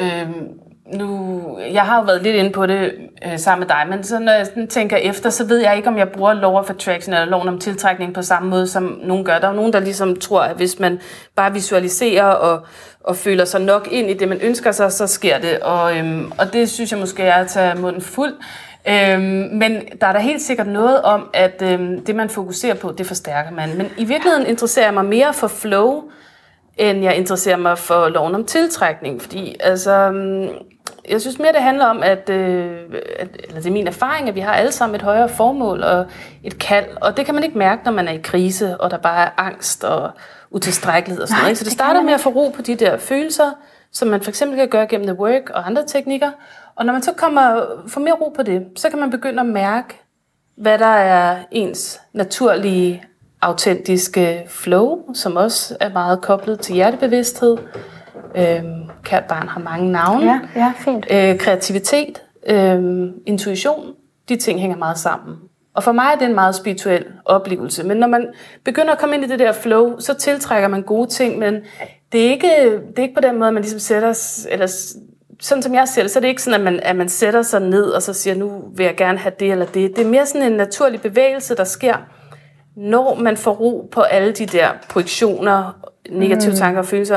jeg har jo været lidt inde på det sammen med dig, men så når jeg tænker efter, så ved jeg ikke, om jeg bruger law of attraction eller loven om tiltrækning på samme måde, som nogen gør. Der er jo nogen, der ligesom tror, at hvis man bare visualiserer og føler sig nok ind i det, man ønsker sig, så sker det. Og det synes jeg måske er at tage munden fuld. Men der er da helt sikkert noget om, at det, man fokuserer på, det forstærker man. Men i virkeligheden interesserer jeg mig mere for flow, end jeg interesserer mig for loven om tiltrækning. Fordi altså, jeg synes mere, det handler om, eller det er min erfaring, at vi har alle sammen et højere formål og et kald. Og det kan man ikke mærke, når man er i krise, og der bare er angst og utilstrækkelighed og sådan noget. Så det starter med at få ro på de der følelser, som man for eksempel kan gøre gennem The Work og andre teknikker. Og når man så får mere ro på det, så kan man begynde at mærke, hvad der er ens naturlige, autentiske flow, som også er meget koblet til hjertebevidsthed. Kært barn har mange navne. Ja, fint. Kreativitet, intuition, de ting hænger meget sammen. Og for mig er det en meget spirituel oplevelse. Men når man begynder at komme ind i det der flow, så tiltrækker man gode ting, men det er ikke på den måde, at man ligesom sætter, eller sådan som jeg ser det, så er det ikke sådan, at man sætter sig ned og så siger, nu vil jeg gerne have det eller det. Det er mere sådan en naturlig bevægelse, der sker, når man får ro på alle de der projektioner, negative tanker og følelser,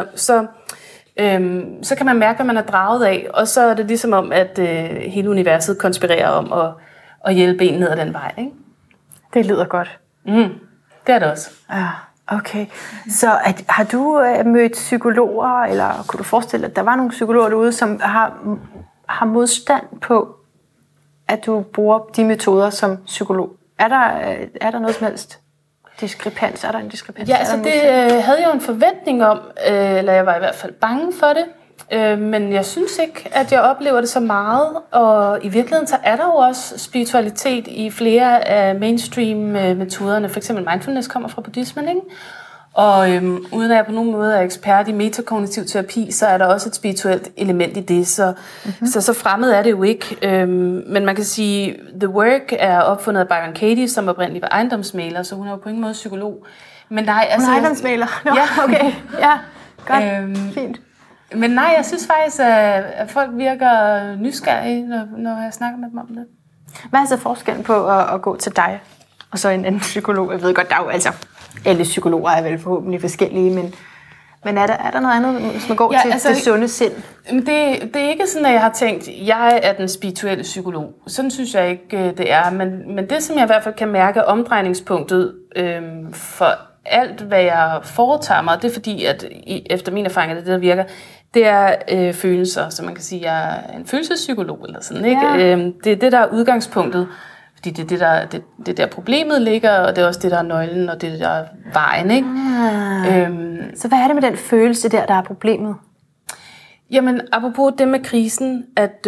så kan man mærke, hvad man er draget af, og så er det ligesom om, at hele universet konspirerer om at hjælpe en ned ad den vej. Ikke? Det lyder godt. Det er det også. Ja, okay. Så har du mødt psykologer, eller kunne du forestille dig, at der var nogle psykologer derude, som har modstand på, at du bruger de metoder som psykolog? Er der noget som helst diskrepans? Er der en diskrepans? Ja, altså det havde jeg jo en forventning om, eller jeg var i hvert fald bange for det. Men jeg synes ikke, at jeg oplever det så meget, og i virkeligheden så er der jo også spiritualitet i flere af mainstream-metoderne. For eksempel mindfulness kommer fra buddhismen, ikke? Og uden at jeg på nogen måde er ekspert i metakognitiv terapi, så er der også et spirituelt element i det, så fremmed er det jo ikke. Men man kan sige, The Work er opfundet af Byron Katie, som oprindeligt var ejendomsmægler, så hun er jo på ingen måde psykolog. Men nej, altså, hun er ejendomsmægler? Ja, okay. Ja, godt. Fint. Men nej, jeg synes faktisk, at folk virker nysgerrige, når jeg snakker med dem om det. Hvad er så forskellen på at gå til dig, og så en anden psykolog? Jeg ved godt, der er jo altså, alle psykologer er vel forhåbentlig forskellige, men er der noget andet, hvis man går til det sunde sind? Det er ikke sådan, at jeg har tænkt, at jeg er den spirituelle psykolog. Sådan synes jeg ikke, det er. Men det, som jeg i hvert fald kan mærke, omdrejningspunktet for alt, hvad jeg foretager mig, det er fordi, at efter min erfaring er det, der virker, det er følelser. Så man kan sige, at jeg er en følelsespsykolog eller sådan, ikke? Ja. Det er det, der er udgangspunktet. Fordi det er det der problemet ligger, og det er også det, der er nøglen, og det der er vejen, ikke? Så hvad er det med den følelse der er problemet? Jamen, apropos det med krisen, at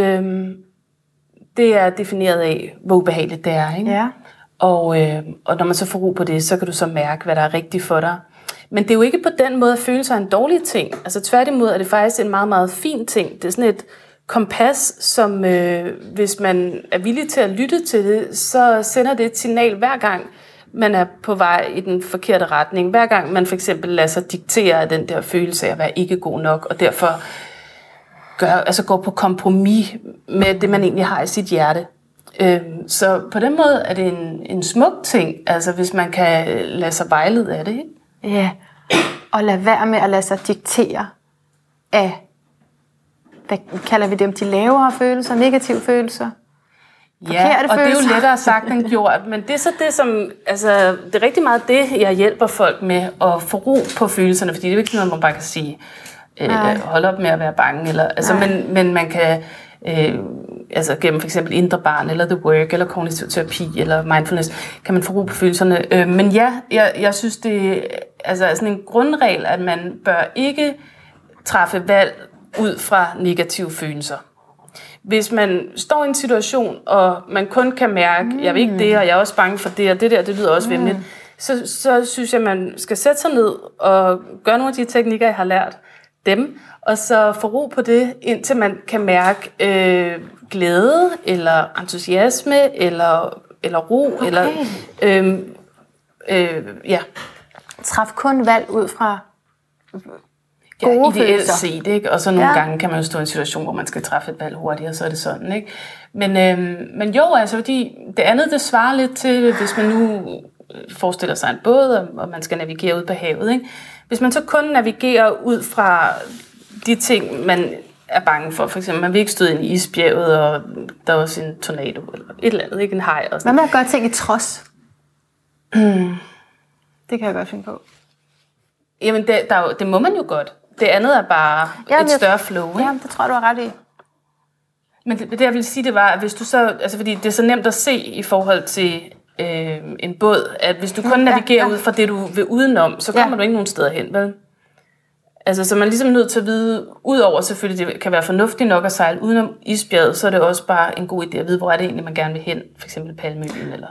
det er defineret af, hvor ubehageligt det er, ikke? Ja. Og når man så får ro på det, så kan du så mærke, hvad der er rigtigt for dig. Men det er jo ikke på den måde, at følelser er en dårlig ting. Altså tværtimod er det faktisk en meget, meget fin ting. Det er sådan et kompas, som hvis man er villig til at lytte til det, så sender det et signal hver gang, man er på vej i den forkerte retning. Hver gang man for eksempel lader sig diktere af den der følelse af at være ikke god nok, og derfor går på kompromis med det, man egentlig har i sit hjerte. Så på den måde er det en smuk ting, altså hvis man kan lade sig vejlede af det, ikke? Ja, og lade være med at lade sig diktere af, hvad kalder vi dem, de lavere følelser, negative følelser? Ja, og det er jo lettere sagt end gjort, men det er så det, som, altså, det er rigtig meget det, jeg hjælper folk med at få ro på følelserne, fordi det er jo ikke noget, man bare kan sige, hold op med at være bange, eller, altså, men man kan, altså gennem for eksempel Indre Barn, eller The Work, eller kognitiv terapi, eller mindfulness, kan man få ro på følelserne. Men ja, jeg synes, det altså, er sådan en grundregel, at man bør ikke træffe valg ud fra negative følelser. Hvis man står i en situation, og man kun kan mærke, jeg vil ikke det, og jeg er også bange for det, og det der, det lyder også vemmeligt, så synes jeg, man skal sætte sig ned og gøre nogle af de teknikker, jeg har lært dem, og så få ro på det, indtil man kan mærke glæde, eller entusiasme, eller ro, okay. eller ja. Træf kun valg ud fra gode ideelt følelser. set, ikke? Og så nogle gange kan man jo stå i en situation, hvor man skal træffe et valg hurtigere, så er det sådan, ikke? Men jo, altså, fordi det andet, det svarer lidt til, hvis man nu forestiller sig en båd, og man skal navigere ud på havet, ikke? Hvis man så kun navigerer ud fra de ting, man er bange for eksempel, man vil ikke støde ind i isbjerget, og der er også en tornado, eller et eller andet, ikke? En haj og sådan. Hvad med at gøre ting i trods? Det kan jeg godt finde på. Jamen, det må man jo godt. Det andet er bare et større flow, ikke? Ja, det tror jeg, du har ret i. Men det jeg vil sige, det var, at hvis du så, altså fordi det er så nemt at se i forhold til en båd, at hvis du kun navigerer ud fra det, du vil udenom, så kommer du ikke nogen steder hen, vel? Altså, så man er ligesom nødt til at vide, udover selvfølgelig, det kan være fornuftigt nok at sejle udenom isbjerget, så er det også bare en god idé at vide, hvor er det egentlig, man gerne vil hen, for eksempel Palmeøen, eller...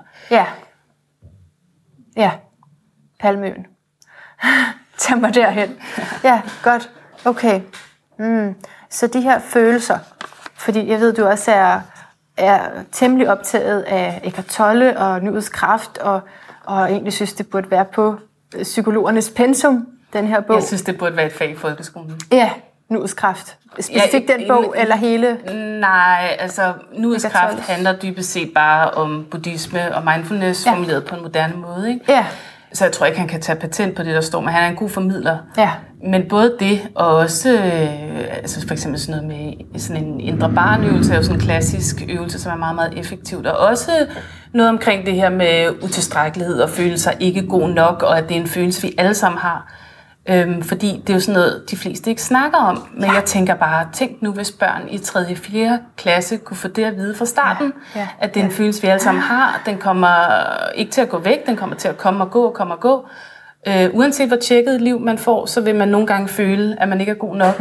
Ja, Palmeøen. Tag mig derhen. Ja, godt. Okay. Så de her følelser, fordi jeg ved, du også er temmelig optaget af Eckhart Tolle og nuets kraft, og egentlig synes, det burde være på psykologernes pensum, den her bog. Jeg synes, det burde være et fag i folkeskolen. Ja, nuets kraft. Specifikt den bog, eller hele? Nej, altså nuets kraft handler dybest set bare om buddhisme og mindfulness, formuleret på en moderne måde, ikke? Ja. Så jeg tror ikke, han kan tage patent på det, der står, men han er en god formidler. Ja. Men både det, og også altså for eksempel sådan noget med sådan en indre barnøvelse, er jo sådan en klassisk øvelse, som er meget, meget effektivt. Og også noget omkring det her med utilstrækkelighed og følelser ikke god nok, og at det er en følelse, vi alle sammen har. Fordi det er jo sådan noget, de fleste ikke snakker om. Men jeg tænker bare, tænk nu, hvis børn i 3. og 4. klasse kunne få det at vide fra starten, at det er en følelse, vi alle sammen har. Den kommer ikke til at gå væk, den kommer til at komme og gå. Uanset hvor tjekket liv man får, så vil man nogle gange føle, at man ikke er god nok.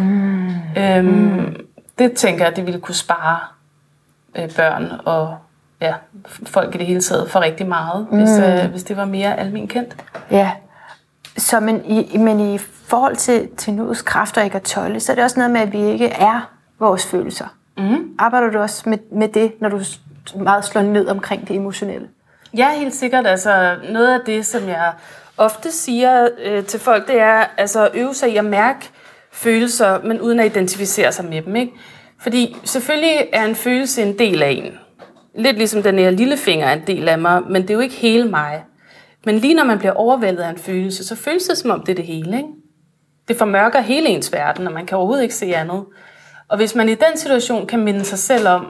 Det tænker jeg, det ville kunne spare børn og folk i det hele taget for rigtig meget, hvis det var mere almen kendt. Ja. Så, men i forhold til nuets kraft og Eckhart Tolle, så er det også noget med, at vi ikke er vores følelser. Arbejder du også med det, når du meget slår ned omkring det emotionelle? Ja, helt sikkert. Altså, noget af det, som jeg ofte siger til folk, det er altså, at øve sig i at mærke følelser, men uden at identificere sig med dem, ikke? Fordi selvfølgelig er en følelse en del af en. Lidt ligesom den her lillefinger er en del af mig, men det er jo ikke hele mig. Men lige når man bliver overvældet af en følelse, så føles det som om det er det hele, ikke? Det formørker hele ens verden, og man kan overhovedet ikke se andet. Og hvis man i den situation kan minde sig selv om,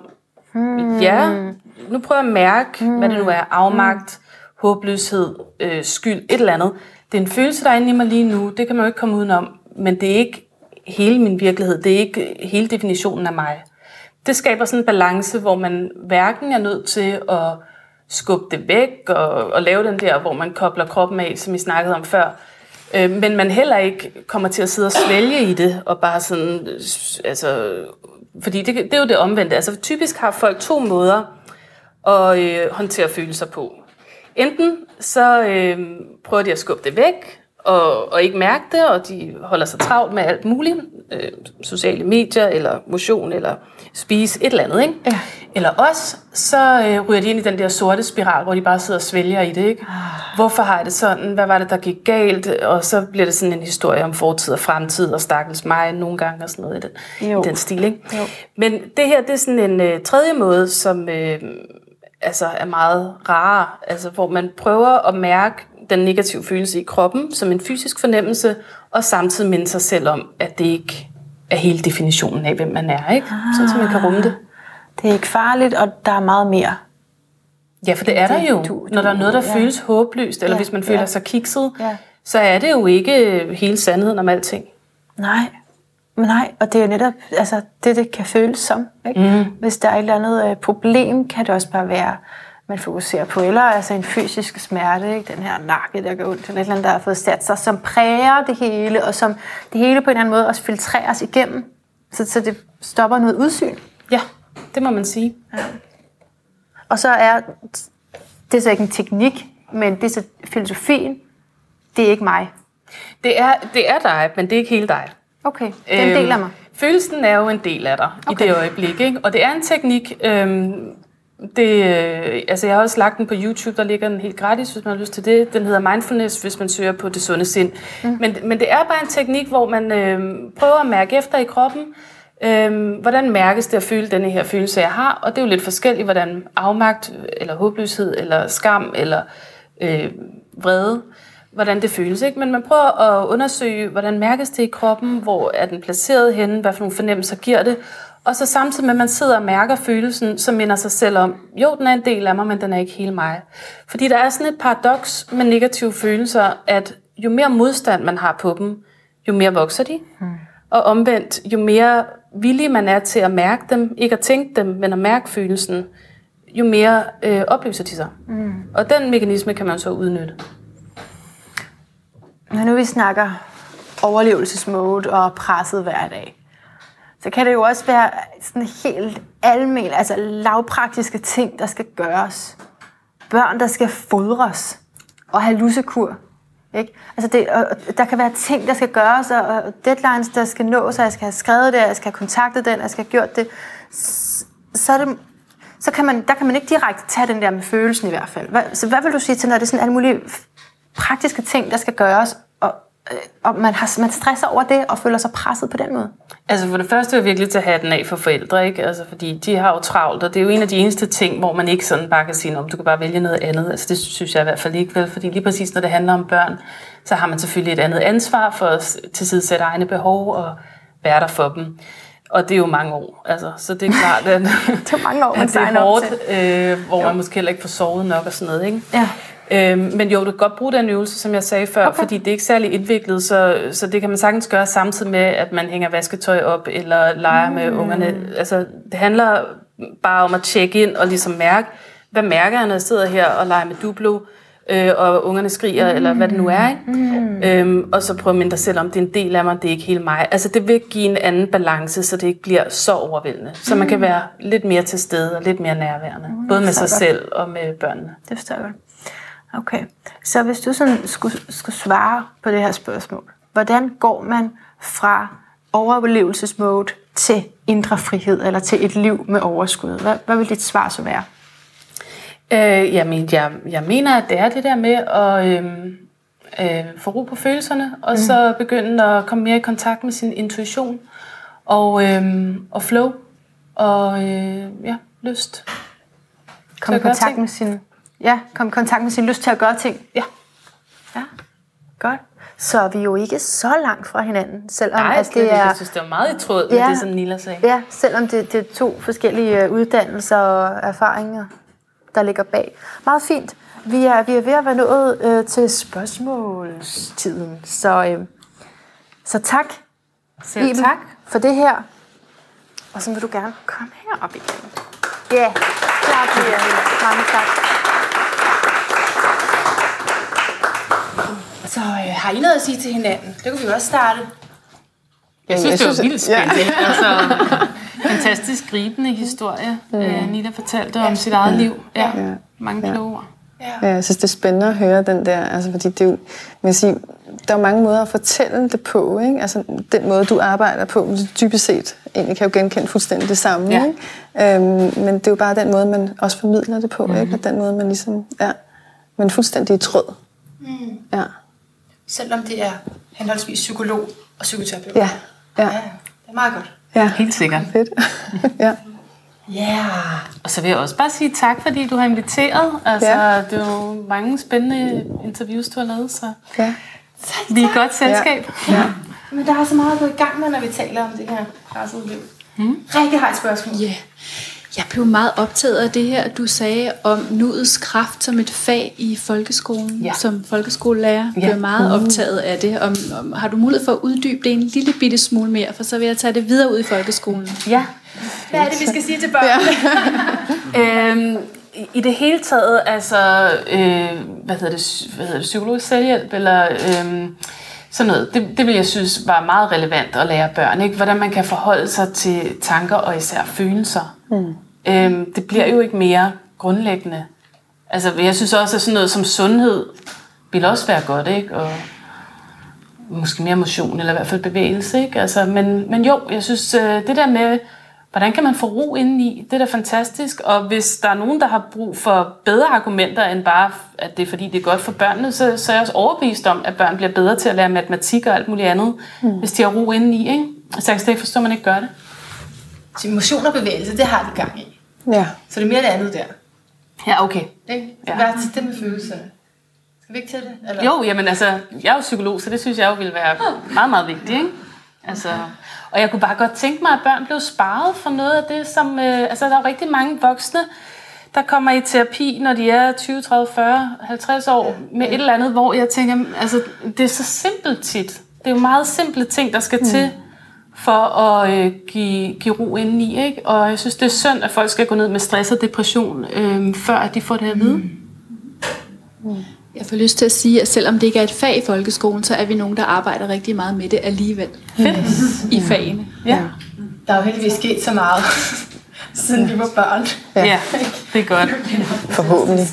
nu prøver jeg at mærke, hvad det nu er, afmagt, håbløshed, skyld, et eller andet. Det er en følelse, der er inde i mig lige nu, det kan man jo ikke komme udenom, men det er ikke hele min virkelighed, det er ikke hele definitionen af mig. Det skaber sådan en balance, hvor man hverken er nødt til at skubbe det væk og lave den der, hvor man kobler kroppen af, som I snakkede om før. Men man heller ikke kommer til at sidde og svælge i det, og bare sådan, altså, fordi det er jo det omvendte. Altså typisk har folk 2 måder at håndtere følelser på. Enten så prøver de at skubbe det væk, og ikke mærke det, og de holder sig travlt med alt muligt. Sociale medier, eller motion, eller spise, et eller andet, ikke? Ja. Eller også, så ryger de ind i den der sorte spiral, hvor de bare sidder og svælger i det, ikke? Hvorfor har jeg det sådan? Hvad var det, der gik galt? Og så bliver det sådan en historie om fortid og fremtid, og stakkels mig nogle gange, og sådan noget i den stil, ikke? Jo. Men det her, det er sådan en tredje måde, som altså er meget rarere, altså hvor man prøver at mærke den negative følelse i kroppen som en fysisk fornemmelse, og samtidig minde sig selv om, at det ikke er hele definitionen af, hvem man er, ikke? Så man kan rumme det. Det er ikke farligt, og der er meget mere. Ja, for det er der jo. Når der er noget, der føles håbløst, eller hvis man føler sig kikset, så er det jo ikke hele sandheden om alting. Nej, og det er jo netop altså, det kan føles som. Ikke? Hvis der er et eller andet problem, kan det også bare være, man fokuserer på, eller altså en fysisk smerte, ikke? Den her nakke, der går ondt, eller et eller andet, der har fået sat sig, som præger det hele, og som det hele på en eller anden måde også filtreres igennem, så det stopper noget udsyn. Ja. det må man sige. Ja. Og så er det så ikke en teknik, men det er så filosofien. Det er ikke mig. Det er dig, men det er ikke hele dig. Okay, det er en del af mig. Følelsen er jo en del af dig i det øjeblik, ikke? Og det er en teknik. Jeg har også lagt den på YouTube, der ligger den helt gratis, hvis man har lyst til det. Den hedder Mindfulness, hvis man søger på det sunde sind. Men det er bare en teknik, hvor man prøver at mærke efter i kroppen, hvordan mærkes det at føle denne her følelse, jeg har. Og det er jo lidt forskelligt, hvordan afmagt, eller håbløshed, eller skam, eller vrede, hvordan det føles, ikke? Men man prøver at undersøge, hvordan mærkes det i kroppen, hvor er den placeret henne, hvad for nogle fornemmelser giver det, og så samtidig med, at man sidder og mærker følelsen, så minder sig selv om, jo, den er en del af mig, men den er ikke hele mig. Fordi der er sådan et paradoks med negative følelser, at jo mere modstand man har på dem, jo mere vokser de, og omvendt, jo mere villig man er til at mærke dem, ikke at tænke dem, men at mærke følelsen, jo mere opløser de sig. Og den mekanisme kan man så udnytte. Når nu vi snakker overlevelsesmode og presset hver dag, så kan det jo også være sådan helt almen, altså lavpraktiske ting, der skal gøres. Børn, der skal fodres og have lusekur. Ikke? Altså der kan være ting, der skal gøres, og deadlines, der skal nås, og jeg skal have skrevet det, jeg skal have kontaktet den, jeg skal have gjort det. Der kan man ikke direkte tage den der med følelsen i hvert fald. Så hvad vil du sige til, når det er sådan alle mulige praktiske ting, der skal gøres, og man stresser over det og føler sig presset på den måde? Altså for det første er jeg virkelig til at have den af for forældre, ikke? Altså fordi de har jo travlt, og det er jo en af de eneste ting, hvor man ikke sådan bare kan sige, om du kan bare vælge noget andet. Altså det synes jeg i hvert fald ikke vel, fordi lige præcis når det handler om børn, så har man selvfølgelig et andet ansvar for at tilsidesætte egne behov og være der for dem. Og det er jo mange år, altså, så det er klart, at det er mange år, man det er hårdt, hvor man måske heller ikke får sovet nok og sådan noget, ikke? Ja. Men jo, du kan godt bruge den øvelse, som jeg sagde før, fordi det er ikke særlig indviklet, så det kan man sagtens gøre samtidig med, at man hænger vasketøj op eller leger med ungerne. Altså, det handler bare om at tjekke ind og ligesom mærke, hvad mærker jeg, når jeg sidder her og leger med Duplo, og ungerne skriger, eller hvad det nu er, ikke? Og så prøve at minde dig selv om, det er en del af mig, det er ikke hele mig. Altså, det vil give en anden balance, så det ikke bliver så overvældende. Så man kan være lidt mere til stede og lidt mere nærværende, både med sig selv og med børnene. Det forstår jeg godt. Okay, så hvis du sådan skulle svare på det her spørgsmål, hvordan går man fra overlevelsesmode til indre frihed, eller til et liv med overskud? Hvad vil dit svar så være? Jeg mener, at det er det der med at få ro på følelserne, og så begynde at komme mere i kontakt med sin intuition, og flow, og lyst. Kom i kontakt med sin... Ja, kom i kontakt med sin lyst til at gøre ting. Ja. Ja, godt. Så vi er jo ikke så langt fra hinanden, selvom jeg synes, det er meget i tråd med det, som Nila sagde. Ja, selvom det er to forskellige uddannelser og erfaringer, der ligger bag. Meget fint. Vi er ved at være nået til spørgsmålstiden. Så tak, Selv tak for det her. Og så vil du gerne komme herop igen. Ja, klart det er. Mange tak. Så har I noget at sige til hinanden? Det kunne vi også starte. Jeg synes, det var vildt spændende. Ja. Altså, fantastisk gribende historie. Nila fortalte om sit eget liv. Ja. Mange kloge ord. Ja, jeg synes, det er spændende at høre den der, altså fordi det er jo, man siger, der er mange måder at fortælle det på, ikke? Altså den måde, du arbejder på, dybest set egentlig kan jo genkende fuldstændig det samme, ikke? Men det er jo bare den måde, man også formidler det på, ikke? Og den måde, man ligesom, men fuldstændig i tråd. Ja. Selvom det er henholdsvis psykolog og psykoterapeut. Ja. Det er meget godt. Ja. Helt sikkert. Fedt. Ja. Og så vil jeg også bare sige tak, fordi du har inviteret. Altså, det er jo mange spændende interviews, du har lavet, så vi er et godt selskab. Ja. Men der er så meget at gå i gang med, når vi taler om det her pressede liv. Rikke har et spørgsmål. Ja. Jeg blev meget optaget af det her, du sagde om nuets kraft som et fag i folkeskolen, som folkeskolelærer. Jeg blev meget optaget af det. Har du mulighed for at uddybe det en lille bitte smule mere, for så vil jeg tage det videre ud i folkeskolen. Ja. Hvad er det, vi skal sige til børnene? I det hele taget, altså, hvad hedder det, psykologisk selvhjælp, eller sådan noget, det vil jeg synes var meget relevant at lære børn, ikke? Hvordan man kan forholde sig til tanker og især følelser. Det bliver jo ikke mere grundlæggende. Altså, jeg synes også, at sådan noget som sundhed vil også være godt, ikke? Og måske mere motion, eller i hvert fald bevægelse, ikke? Altså, men jo, jeg synes, det der med, hvordan kan man få ro indeni, det er da fantastisk. Og hvis der er nogen, der har brug for bedre argumenter, end bare, at det er fordi, det er godt for børnene, så er jeg også overbevist om, at børn bliver bedre til at lære matematik og alt muligt andet, hvis de har ro indeni, ikke? Så jeg kan slet ikke forstå, at man ikke gør det. Så motion og bevægelse, det har vi gang i. Ja. Så det er mere det andet der. Ja, okay. Ikke? Ja. Hvad er det med følelserne? Skal vi ikke til det? Eller? Jo, jamen altså, jeg er jo psykolog, så det synes jeg jo ville være meget, meget vigtigt, ikke? Altså, og jeg kunne bare godt tænke mig, at børn blev sparet for noget af det, som... altså, der er jo rigtig mange voksne, der kommer i terapi, når de er 20, 30, 40, 50 år, med et eller andet, hvor jeg tænker, altså, det er så simpelt tit. Det er jo meget simple ting, der skal til for at give ro indeni, ikke? Og jeg synes, det er synd, at folk skal gå ned med stress og depression, før at de får det at vide. Jeg får lyst til at sige, at selvom det ikke er et fag i folkeskolen, så er vi nogen, der arbejder rigtig meget med det alligevel. I fagene. Ja. Der er jo heldigvis sket så meget, siden vi var børn. Ja, det er godt. Forhåbentlig.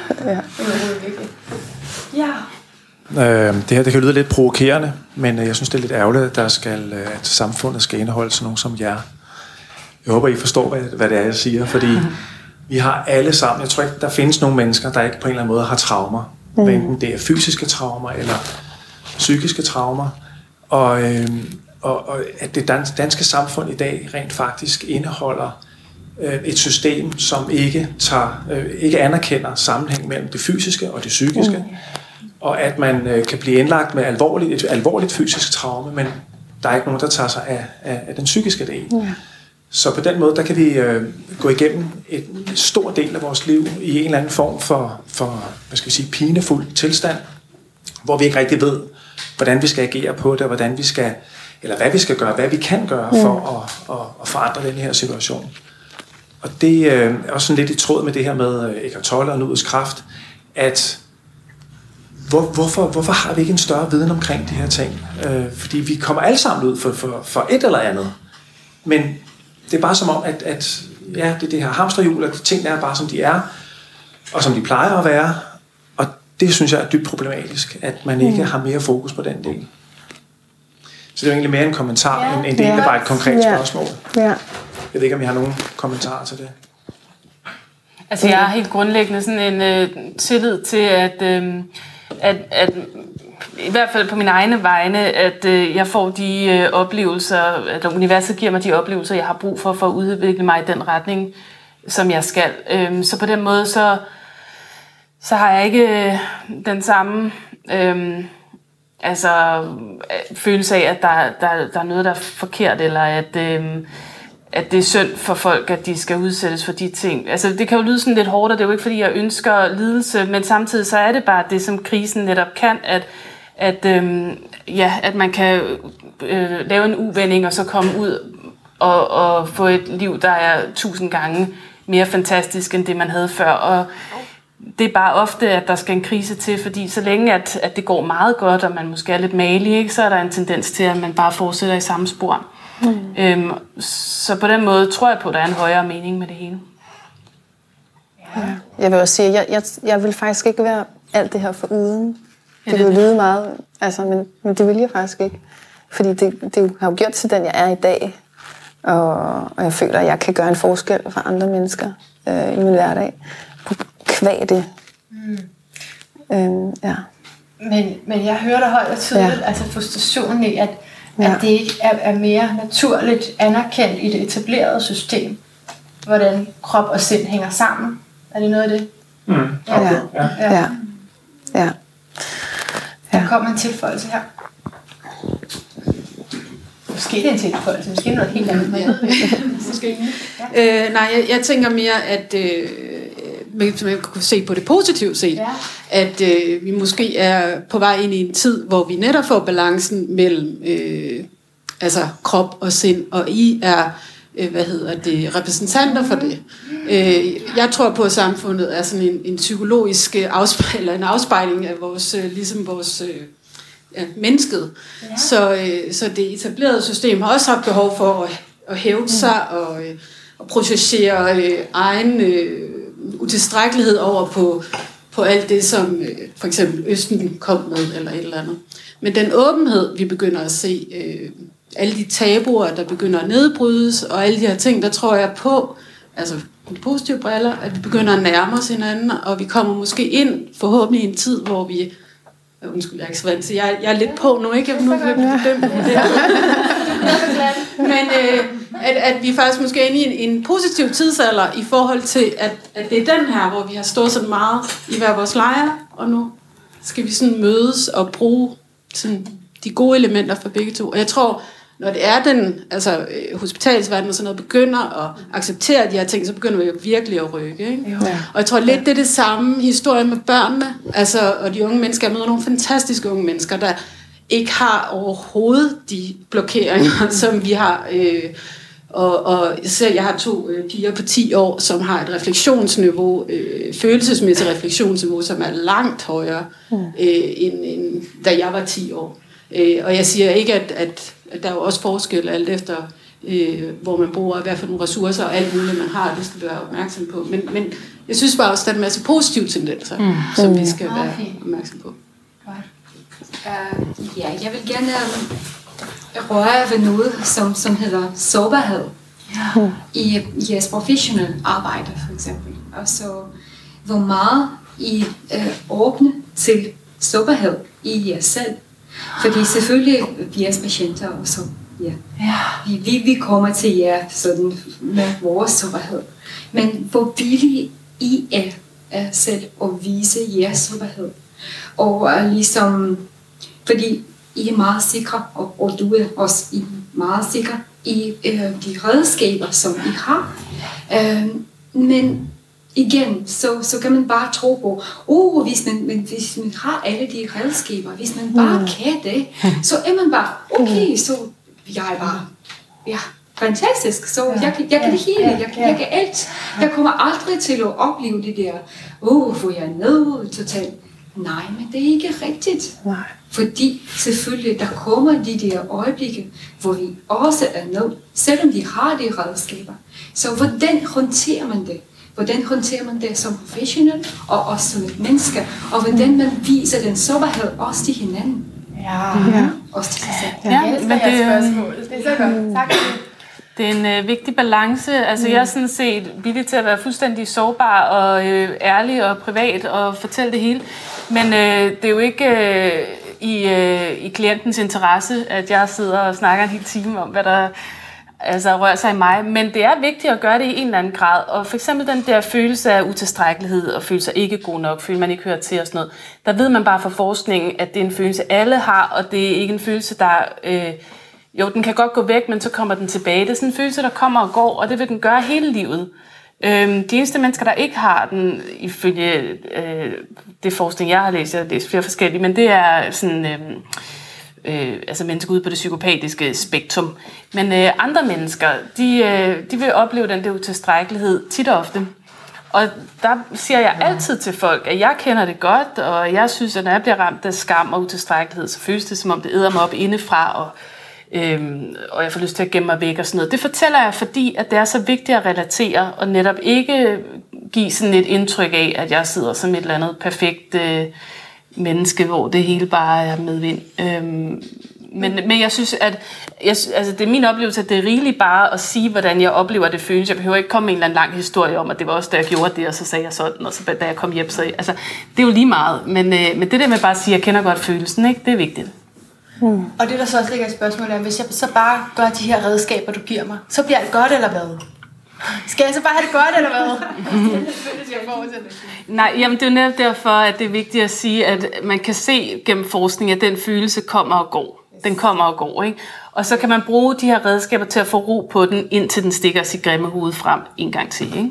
Ja. Det her det kan lyde lidt provokerende, men jeg synes, det er lidt ærgerligt, at samfundet skal indeholde sådan nogen som jer. Jeg håber, I forstår, hvad det er, jeg siger, fordi vi har alle sammen, jeg tror ikke, der findes nogle mennesker, der ikke på en eller anden måde har traumer. Enten det er fysiske traumer eller psykiske traumer. Og at det danske samfund i dag rent faktisk indeholder et system, som ikke anerkender sammenhæng mellem det fysiske og det psykiske. Og at man kan blive indlagt med et alvorligt fysisk traume, men der er ikke nogen, der tager sig af den psykiske del. Så på den måde, der kan vi gå igennem en stor del af vores liv i en eller anden form for hvad skal vi sige, pinefuld tilstand, hvor vi ikke rigtig ved, hvordan vi skal agere på det, og hvordan vi skal, eller hvad vi skal gøre, hvad vi kan gøre for at forandre den her situation. Og det er også sådan lidt i tråd med det her med Eckhart Tolle og nuets kraft, at hvorfor har vi ikke en større viden omkring de her ting? Fordi vi kommer alle sammen ud for et eller andet. Men det er bare som om, at ja, det her hamsterhjul, at tingene er bare som de er, og som de plejer at være. Og det synes jeg er dybt problematisk, at man ikke har mere fokus på den del. Så det er egentlig mere en kommentar, end det egentlig bare et konkret spørgsmål. Ja. Jeg ved ikke, om I har nogen kommentarer til det. Altså, jeg har helt grundlæggende sådan en tillid til, at i hvert fald på mine egne vegne, at jeg får de oplevelser, at universet giver mig de oplevelser, jeg har brug for at udvikle mig i den retning, som jeg skal. Så på den måde, så har jeg ikke den samme følelse af, at der er noget, der er forkert, eller at det er synd for folk, at de skal udsættes for de ting. Altså, det kan jo lyde sådan lidt hårdt, og det er jo ikke, fordi jeg ønsker lidelse, men samtidig så er det bare det, som krisen netop kan, at man kan lave en uvending, og så komme ud og få et liv, der er 1000 gange mere fantastisk, end det, man havde før. Og det er bare ofte, at der skal en krise til, fordi så længe, at det går meget godt, og man måske er lidt malig, ikke, så er der en tendens til, at man bare fortsætter i samme spor. Så på den måde tror jeg på, at der er en højere mening med det hele. Ja. Jeg vil også sige, jeg vil faktisk ikke være alt det her foruden. Det vil jo lyde meget, altså, men det vil jeg faktisk ikke. Fordi det har jo gjort til den, jeg er i dag. Og jeg føler, at jeg kan gøre en forskel for andre mennesker i min hverdag. Kvæg det. Ja. Men jeg hører dig højt og tydeligt, altså frustrationen i, at det ikke er mere naturligt anerkendt i det etablerede system, hvordan krop og sind hænger sammen. Er det noget af det? Ja. Der kommer en tilføjelse her. Måske det er en tilføjelse, måske noget helt andet. Måske. Nej, jeg tænker mere, at man kunne se på det positivt set, at vi måske er på vej ind i en tid, hvor vi netop får balancen mellem krop og sind, og I er repræsentanter for det. Jeg tror på, at samfundet er sådan en psykologisk afspejling af vores mennesket. Så det etablerede system har også haft behov for at hæve sig at projicere egen utilstrækkelighed over på alt det, som for eksempel Østen kom med, eller et eller andet. Men den åbenhed, vi begynder at se, alle de tabuer, der begynder at nedbrydes, og alle de her ting, der tror jeg på, altså de positive briller, at vi begynder at nærme os hinanden, og vi kommer måske ind, forhåbentlig i en tid, hvor vi... Undskyld, jeg er ikke så vant til. Jeg er lidt på nu, ikke? Jeg vil nu blive bedømt. Men at vi faktisk måske er inde i en positiv tidsalder i forhold til, at det er den her, hvor vi har stået sådan meget i hver vores lejre, og nu skal vi sådan mødes og bruge sådan de gode elementer for begge to. Og jeg tror, når det er hospitalsverdenen og sådan noget begynder at acceptere de her ting, så begynder vi jo virkelig at rykke. Ikke? Og jeg tror lidt, det er det samme historie med børnene, og de unge mennesker. Jeg møder nogle fantastiske unge mennesker, der ikke har overhovedet de blokeringer, som vi har. Og jeg har 2 piger på 10 år, som har et refleksionsniveau, følelsesmæssigt refleksionsniveau, som er langt højere, end da jeg var 10 år. Og jeg siger ikke, at der er jo også forskel alt efter, hvor man bruger, hvad for nogle ressourcer og alt muligt, man har, det skal vi være opmærksom på. Men jeg synes bare også, at der er en masse positive tendenser, som vi skal være opmærksom på. Jeg vil gerne røre ved noget, som hedder sårbarhed i jeres professionelle arbejde, for eksempel. Altså, hvor meget I åbne til sårbarhed i jer selv. Fordi selvfølgelig vi er patienter også. Vi kommer til jer sådan med vores sårbarhed. Men hvor villige I er selv at vise jeres sårbarhed. Og ligesom, fordi I er meget sikre, og du er også meget sikker i de redskaber, som I har. Men igen, så kan man bare tro på, hvis man har alle de redskaber, hvis man bare kan det, så er man bare, okay, så jeg er bare, fantastisk, så jeg kan det hele, jeg kan alt. Jeg kommer aldrig til at opleve det der, hvor jeg er nede totalt. Nej, men det er ikke rigtigt. Nej. Fordi selvfølgelig, der kommer de der øjeblikke, hvor vi også er nødt, selvom de har de redskaber. Så hvordan håndterer man det? Hvordan håndterer man det som professionel og også som et menneske? Og hvordan man viser den sårbarhed også til hinanden? Også til sig selv. Men det er så godt. Tak. Det er en vigtig balance. Altså, jeg er sådan set villig til at være fuldstændig sårbar og ærlig og privat og fortælle det hele. Men det er jo ikke i klientens interesse, at jeg sidder og snakker en hel time om, hvad der rører sig i mig. Men det er vigtigt at gøre det i en eller anden grad. Og for eksempel den der følelse af utilstrækkelighed og føle sig ikke god nok, føle man ikke hører til og sådan noget. Der ved man bare fra forskningen, at det er en følelse, alle har, og det er ikke en følelse, der... Jo, den kan godt gå væk, men så kommer den tilbage. Det er sådan en følelse, der kommer og går, og det vil den gøre hele livet. De eneste mennesker, der ikke har den, ifølge det forskning, jeg har læst flere forskellige, men det er sådan, mennesker ude på det psykopatiske spektrum. Men andre mennesker, de vil opleve den der utilstrækkelighed tit og ofte. Og der siger jeg altid til folk, at jeg kender det godt, og jeg synes, at når jeg bliver ramt af skam og utilstrækkelighed, så føles det, som om det æder mig op indefra, og jeg får lyst til at gemme mig væk og sådan noget. Det fortæller jeg, fordi at det er så vigtigt at relatere, og netop ikke give sådan et indtryk af, at jeg sidder som et eller andet perfekt menneske, hvor det hele bare er medvind. Men jeg synes, at det er min oplevelse, at det er rigeligt bare at sige, hvordan jeg oplever det føles. Jeg behøver ikke komme med en eller anden lang historie om, at det var også da jeg gjorde det, og så sagde jeg sådan, og så da jeg kom hjem, så det er jo lige meget. Men det der med bare at sige, at jeg kender godt følelsen, ikke? Det er vigtigt. Og det der så også ligger i spørgsmålet er, hvis jeg så bare gør de her redskaber, du giver mig, så bliver det godt eller hvad? Skal jeg så bare have det godt eller hvad? Nej, jamen det er jo netop derfor, at det er vigtigt at sige, at man kan se gennem forskning, at den følelse kommer og går. Den kommer og går, ikke? Og så kan man bruge de her redskaber til at få ro på den, indtil den stikker sit grimme hoved frem en gang til, ikke?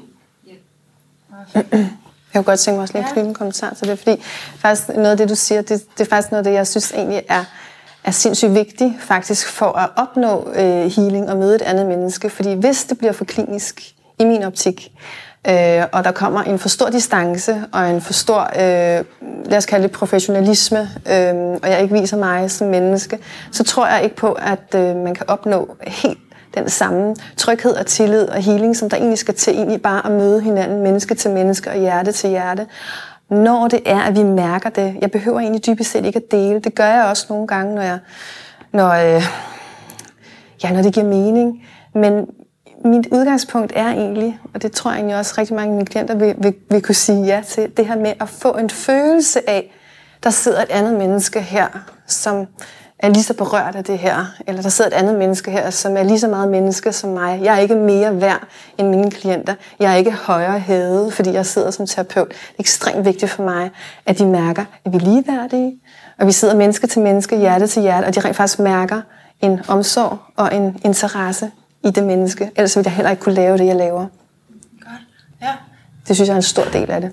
Jeg kunne godt tænke mig også lige at knytte en kommentar til det, fordi faktisk noget af det, du siger, det er faktisk noget af det, jeg synes egentlig er sindssygt vigtigt faktisk for at opnå healing og møde et andet menneske. Fordi hvis det bliver for klinisk, i min optik, og der kommer en for stor distance og en for stor, lad os kalde det professionalisme, og jeg ikke viser mig som menneske, så tror jeg ikke på, at man kan opnå helt den samme tryghed og tillid og healing, som der egentlig skal til egentlig bare at møde hinanden, menneske til menneske og hjerte til hjerte. Når det er, at vi mærker det. Jeg behøver egentlig dybest set ikke at dele. Det gør jeg også nogle gange, når det giver mening. Men mit udgangspunkt er egentlig, og det tror jeg egentlig også rigtig mange af mine klienter vil kunne sige ja til, det her med at få en følelse af, der sidder et andet menneske her, som er lige så berørt af det her, eller der sidder et andet menneske her, som er lige så meget menneske som mig. Jeg er ikke mere værd end mine klienter. Jeg er ikke højere hævet, fordi jeg sidder som terapeut. Det er ekstremt vigtigt for mig, at de mærker, at vi er ligeværdige, og vi sidder menneske til menneske, hjerte til hjerte, og de rent faktisk mærker en omsorg og en interesse i det menneske. Ellers ville jeg heller ikke kunne lave det, jeg laver. Godt, ja. Det synes jeg er en stor del af det.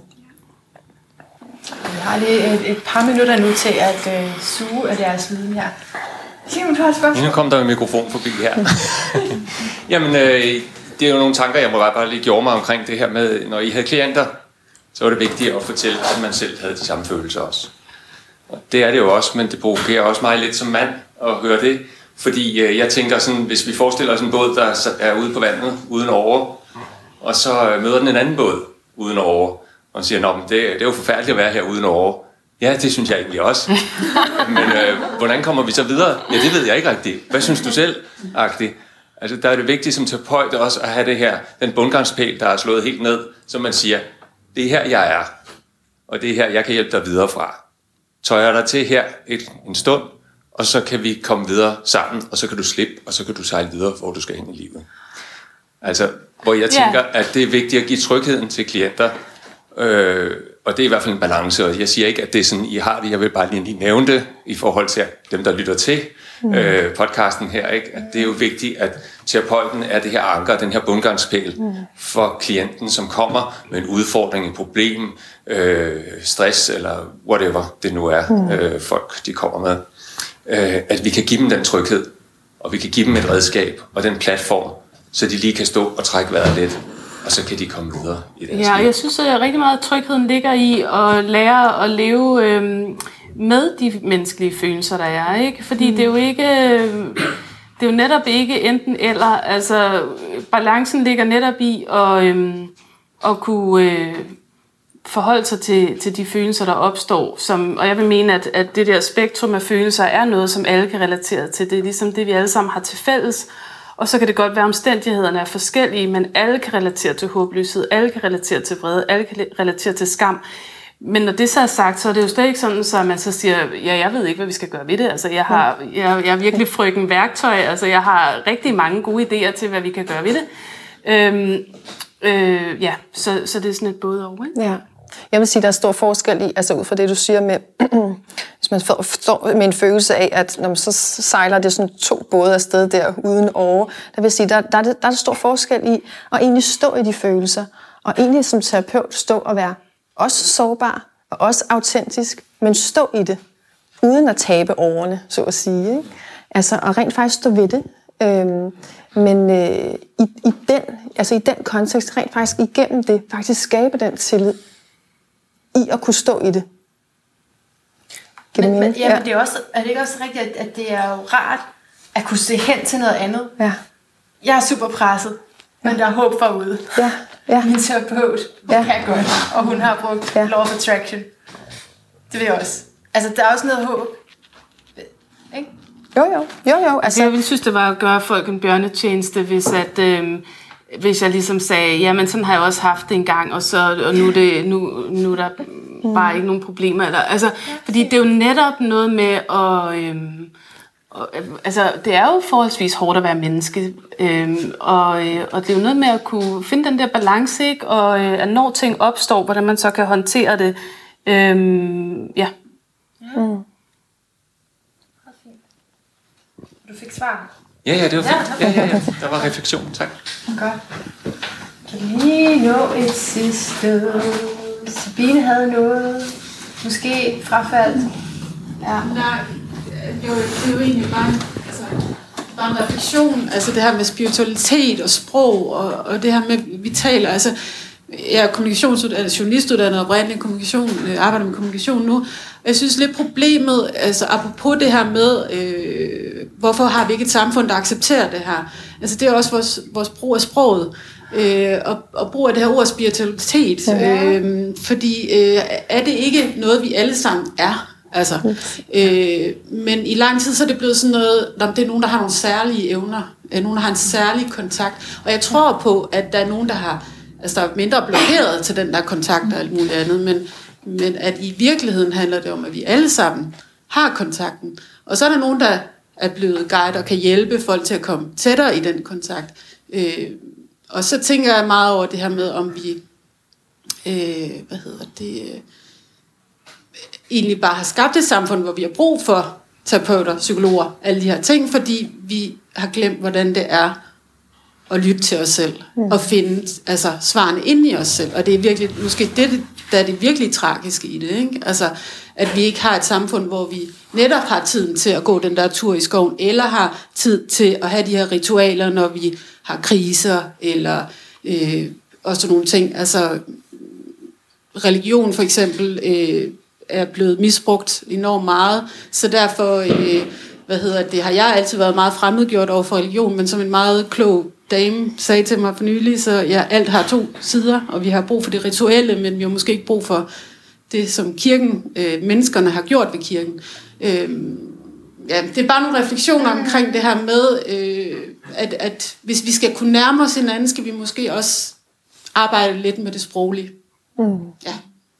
Vi har lige et par minutter nu til at suge af deres viden her. Simon, du har et spørgsmål. Nu kom der en mikrofon forbi her. Jamen, det er jo nogle tanker, jeg må bare lige gjorde mig omkring det her med, når I havde klienter, så var det vigtigt at fortælle, at man selv havde de samme følelser også. Og det er det jo også, men det provokerer også mig lidt som mand at høre det. Fordi jeg tænker sådan, hvis vi forestiller os en båd, der er ude på vandet uden over, og så møder den en anden båd uden over, og siger, nå, men det er jo forfærdeligt at være her uden over. Ja, det synes jeg egentlig også. Men hvordan kommer vi så videre? Ja, det ved jeg ikke rigtigt. Hvad synes du selv, agtigt? Altså, der er det vigtigt som terapeut også at have det her, den bundgangspæl, der er slået helt ned, så man siger, det er her, jeg er, og det er her, jeg kan hjælpe dig videre fra. Tøjer dig til her en stund, og så kan vi komme videre sammen, og så kan du slippe, og så kan du sejle videre, hvor du skal hen i livet. Altså, hvor jeg tænker, at det er vigtigt at give trygheden til klienter, og det er i hvert fald en balance, og jeg siger ikke, at det er sådan, I har det, jeg vil bare lige nævne det, i forhold til dem, der lytter til podcasten her, ikke? At det er jo vigtigt, at terapeuten er det her anker, den her bundgangspæl for klienten, som kommer med en udfordring, et problem, stress, eller whatever det nu er, folk de kommer med. At vi kan give dem den tryghed, og vi kan give dem et redskab og den platform, så de lige kan stå og trække vejret lidt, og så kan de komme videre i deres liv. Jeg synes, at rigtig meget trygheden ligger i at lære at leve med de menneskelige følelser, der er, ikke? Fordi det er jo ikke... Det er jo netop ikke enten eller. Altså, balancen ligger netop i at kunne forholde sig til de følelser, der opstår. Og jeg vil mene, at det der spektrum af følelser er noget, som alle kan relatere til. Det er ligesom det, vi alle sammen har til fælles. Og så kan det godt være, at omstændighederne er forskellige, men alle kan relatere til håbløshed, alle kan relatere til vrede, alle kan relatere til skam. Men når det så er sagt, så er det jo slet ikke sådan, så man så siger, ja, jeg ved ikke, hvad vi skal gøre ved det. Altså, jeg er virkelig frøken værktøj. Altså, jeg har rigtig mange gode idéer til, hvad vi kan gøre ved det. Så det er sådan et både og, ikke? Ja. Jeg vil sige, der er stor forskel i, altså ud fra det, du siger med, hvis man får med en følelse af, at når man så sejler det sådan 2 både afsted der uden over, der vil sige, der er stor forskel i at egentlig stå i de følelser, og egentlig som terapeut stå og være også sårbar, og også autentisk, men stå i det, uden at tabe årene, så at sige, ikke? Altså, og rent faktisk stå ved det. Men i den kontekst, rent faktisk igennem det, faktisk skabe den tillid i at kunne stå i det. Men det er det ikke også rigtigt, at det er jo rart at kunne se hen til noget andet? Ja. Jeg er super presset, men der er håb forude. Ja. Min terapeut, hun kan godt, og hun har brugt Law of Attraction. Det vil jeg også. Altså, der er også noget håb. Ikke? Jo. Altså, jeg ville synes, det var at gøre folk en bjørnetjeneste, hvis jeg ligesom sagde, jamen sådan har jeg også haft det engang, og nu er der bare ikke nogen problemer. Eller, fordi det er jo netop noget med det er jo forholdsvis hårdt at være menneske, og det er jo noget med at kunne finde den der balance, ikke? Og at når ting opstår, hvordan man så kan håndtere det. Du fik svar? Ja, det var fint. Ja. Der var refleksion, tak. Godt. Kan lige nå et sidste? Sabine havde noget. Måske frafald. Ja. Nej, det er jo egentlig bare en refleksion. Altså det her med spiritualitet og sprog, og det her med, vi taler, altså jeg er kommunikationsuddannet, journalistuddannet oprindelig kommunikation, arbejder med kommunikation nu. Jeg synes lidt problemet, altså apropos det her med, hvorfor har vi ikke et samfund, der accepterer det her? Altså det er også vores brug af sproget, og brug af det her ord spiritualitet. Fordi er det ikke noget, vi alle sammen er? Altså, men i lang tid så er det blevet sådan noget, det er nogen, der har nogle særlige evner, nogen, der har en særlig kontakt. Og jeg tror på, at der er nogen, der er mindre blokeret til den der kontakt og alt muligt andet, men at i virkeligheden handler det om, at vi alle sammen har kontakten. Og så er der nogen, der er blevet guide og kan hjælpe folk til at komme tættere i den kontakt. Og så tænker jeg meget over det her med, om vi egentlig bare har skabt et samfund, hvor vi har brug for terapeuter, psykologer, alle de her ting, fordi vi har glemt, hvordan det er at lytte til os selv, og finde svarene inde i os selv. Og det er virkelig, måske det, der er det virkelig tragiske i det, ikke? Altså, at vi ikke har et samfund, hvor vi netop har tiden til at gå den der tur i skoven, eller har tid til at have de her ritualer, når vi har kriser, eller og sådan nogle ting. Altså, religion for eksempel er blevet misbrugt enormt meget, så derfor har jeg altid været meget fremmedgjort over for religion, men som en meget klog dame sagde til mig for nylig, så alt har 2 sider, og vi har brug for det rituelle, men vi har måske ikke brug for det, som kirken, menneskerne har gjort ved kirken. Det er bare nogle refleksioner omkring det her med, at hvis vi skal kunne nærme os hinanden, skal vi måske også arbejde lidt med det sproglige. Ja.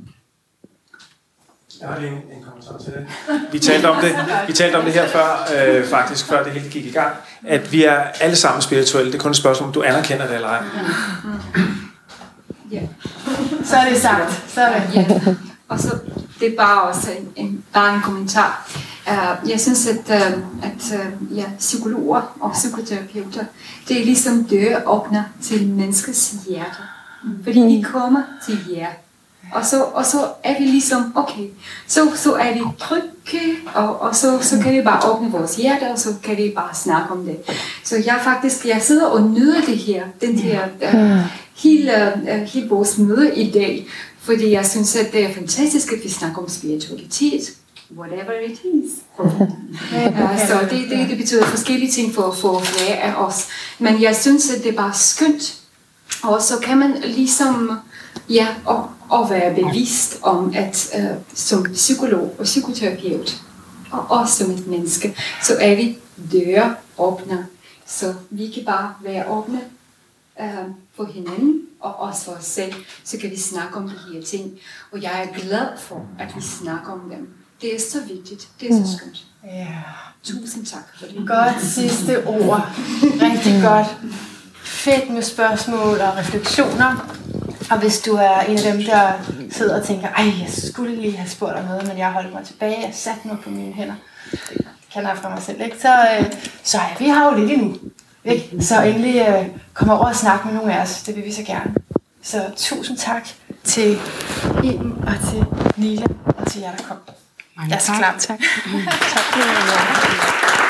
Jeg har lige en kommentar til det. Vi talte om det her før, faktisk før det hele gik i gang, at vi er alle sammen spirituelle. Det er kun et spørgsmål, om du anerkender det eller ej. Ja. Så er det sagt. Så er det. Ja. Og så det er bare også bare en kommentar. Jeg synes, at psykologer og psykoterapeuter, det er ligesom døråbner til menneskets hjerte. Fordi de kommer til hjertet. Og så er vi ligesom, okay, så er vi trygge, og så kan vi bare åbne vores hjerte, og så kan vi bare snakke om det. Så jeg sidder og nyder det her, hele vores møde i dag, fordi jeg synes, at det er fantastisk, at vi snakker om spiritualitet, whatever it is. Så det betyder forskellige ting for flere af os. Men jeg synes, at det er bare skønt, og så kan man ligesom, og være bevidst om, at som psykolog og psykoterapeut, og også som et menneske, så er vi døråbner. Så vi kan bare være åbne for hinanden, og også for os selv, så kan vi snakke om de her ting. Og jeg er glad for, at vi snakker om dem. Det er så vigtigt. Det er så skønt. Ja. Tusind tak for det. Godt sidste ord. Rigtig godt. Fedt med spørgsmål og refleksioner. Og hvis du er en af dem, der sidder og tænker, jeg skulle lige have spurgt om noget, men jeg holdt mig tilbage, jeg satte mig på mine hænder. Det kan jeg fra mig selv, ikke? Så vi har jo lidt endnu. Ikke? Så endelig kom over og snak med nogle af os. Det vil vi så gerne. Så tusind tak til Iben og til Nila og til jer, der kom. Mange tak. Tak. Tak.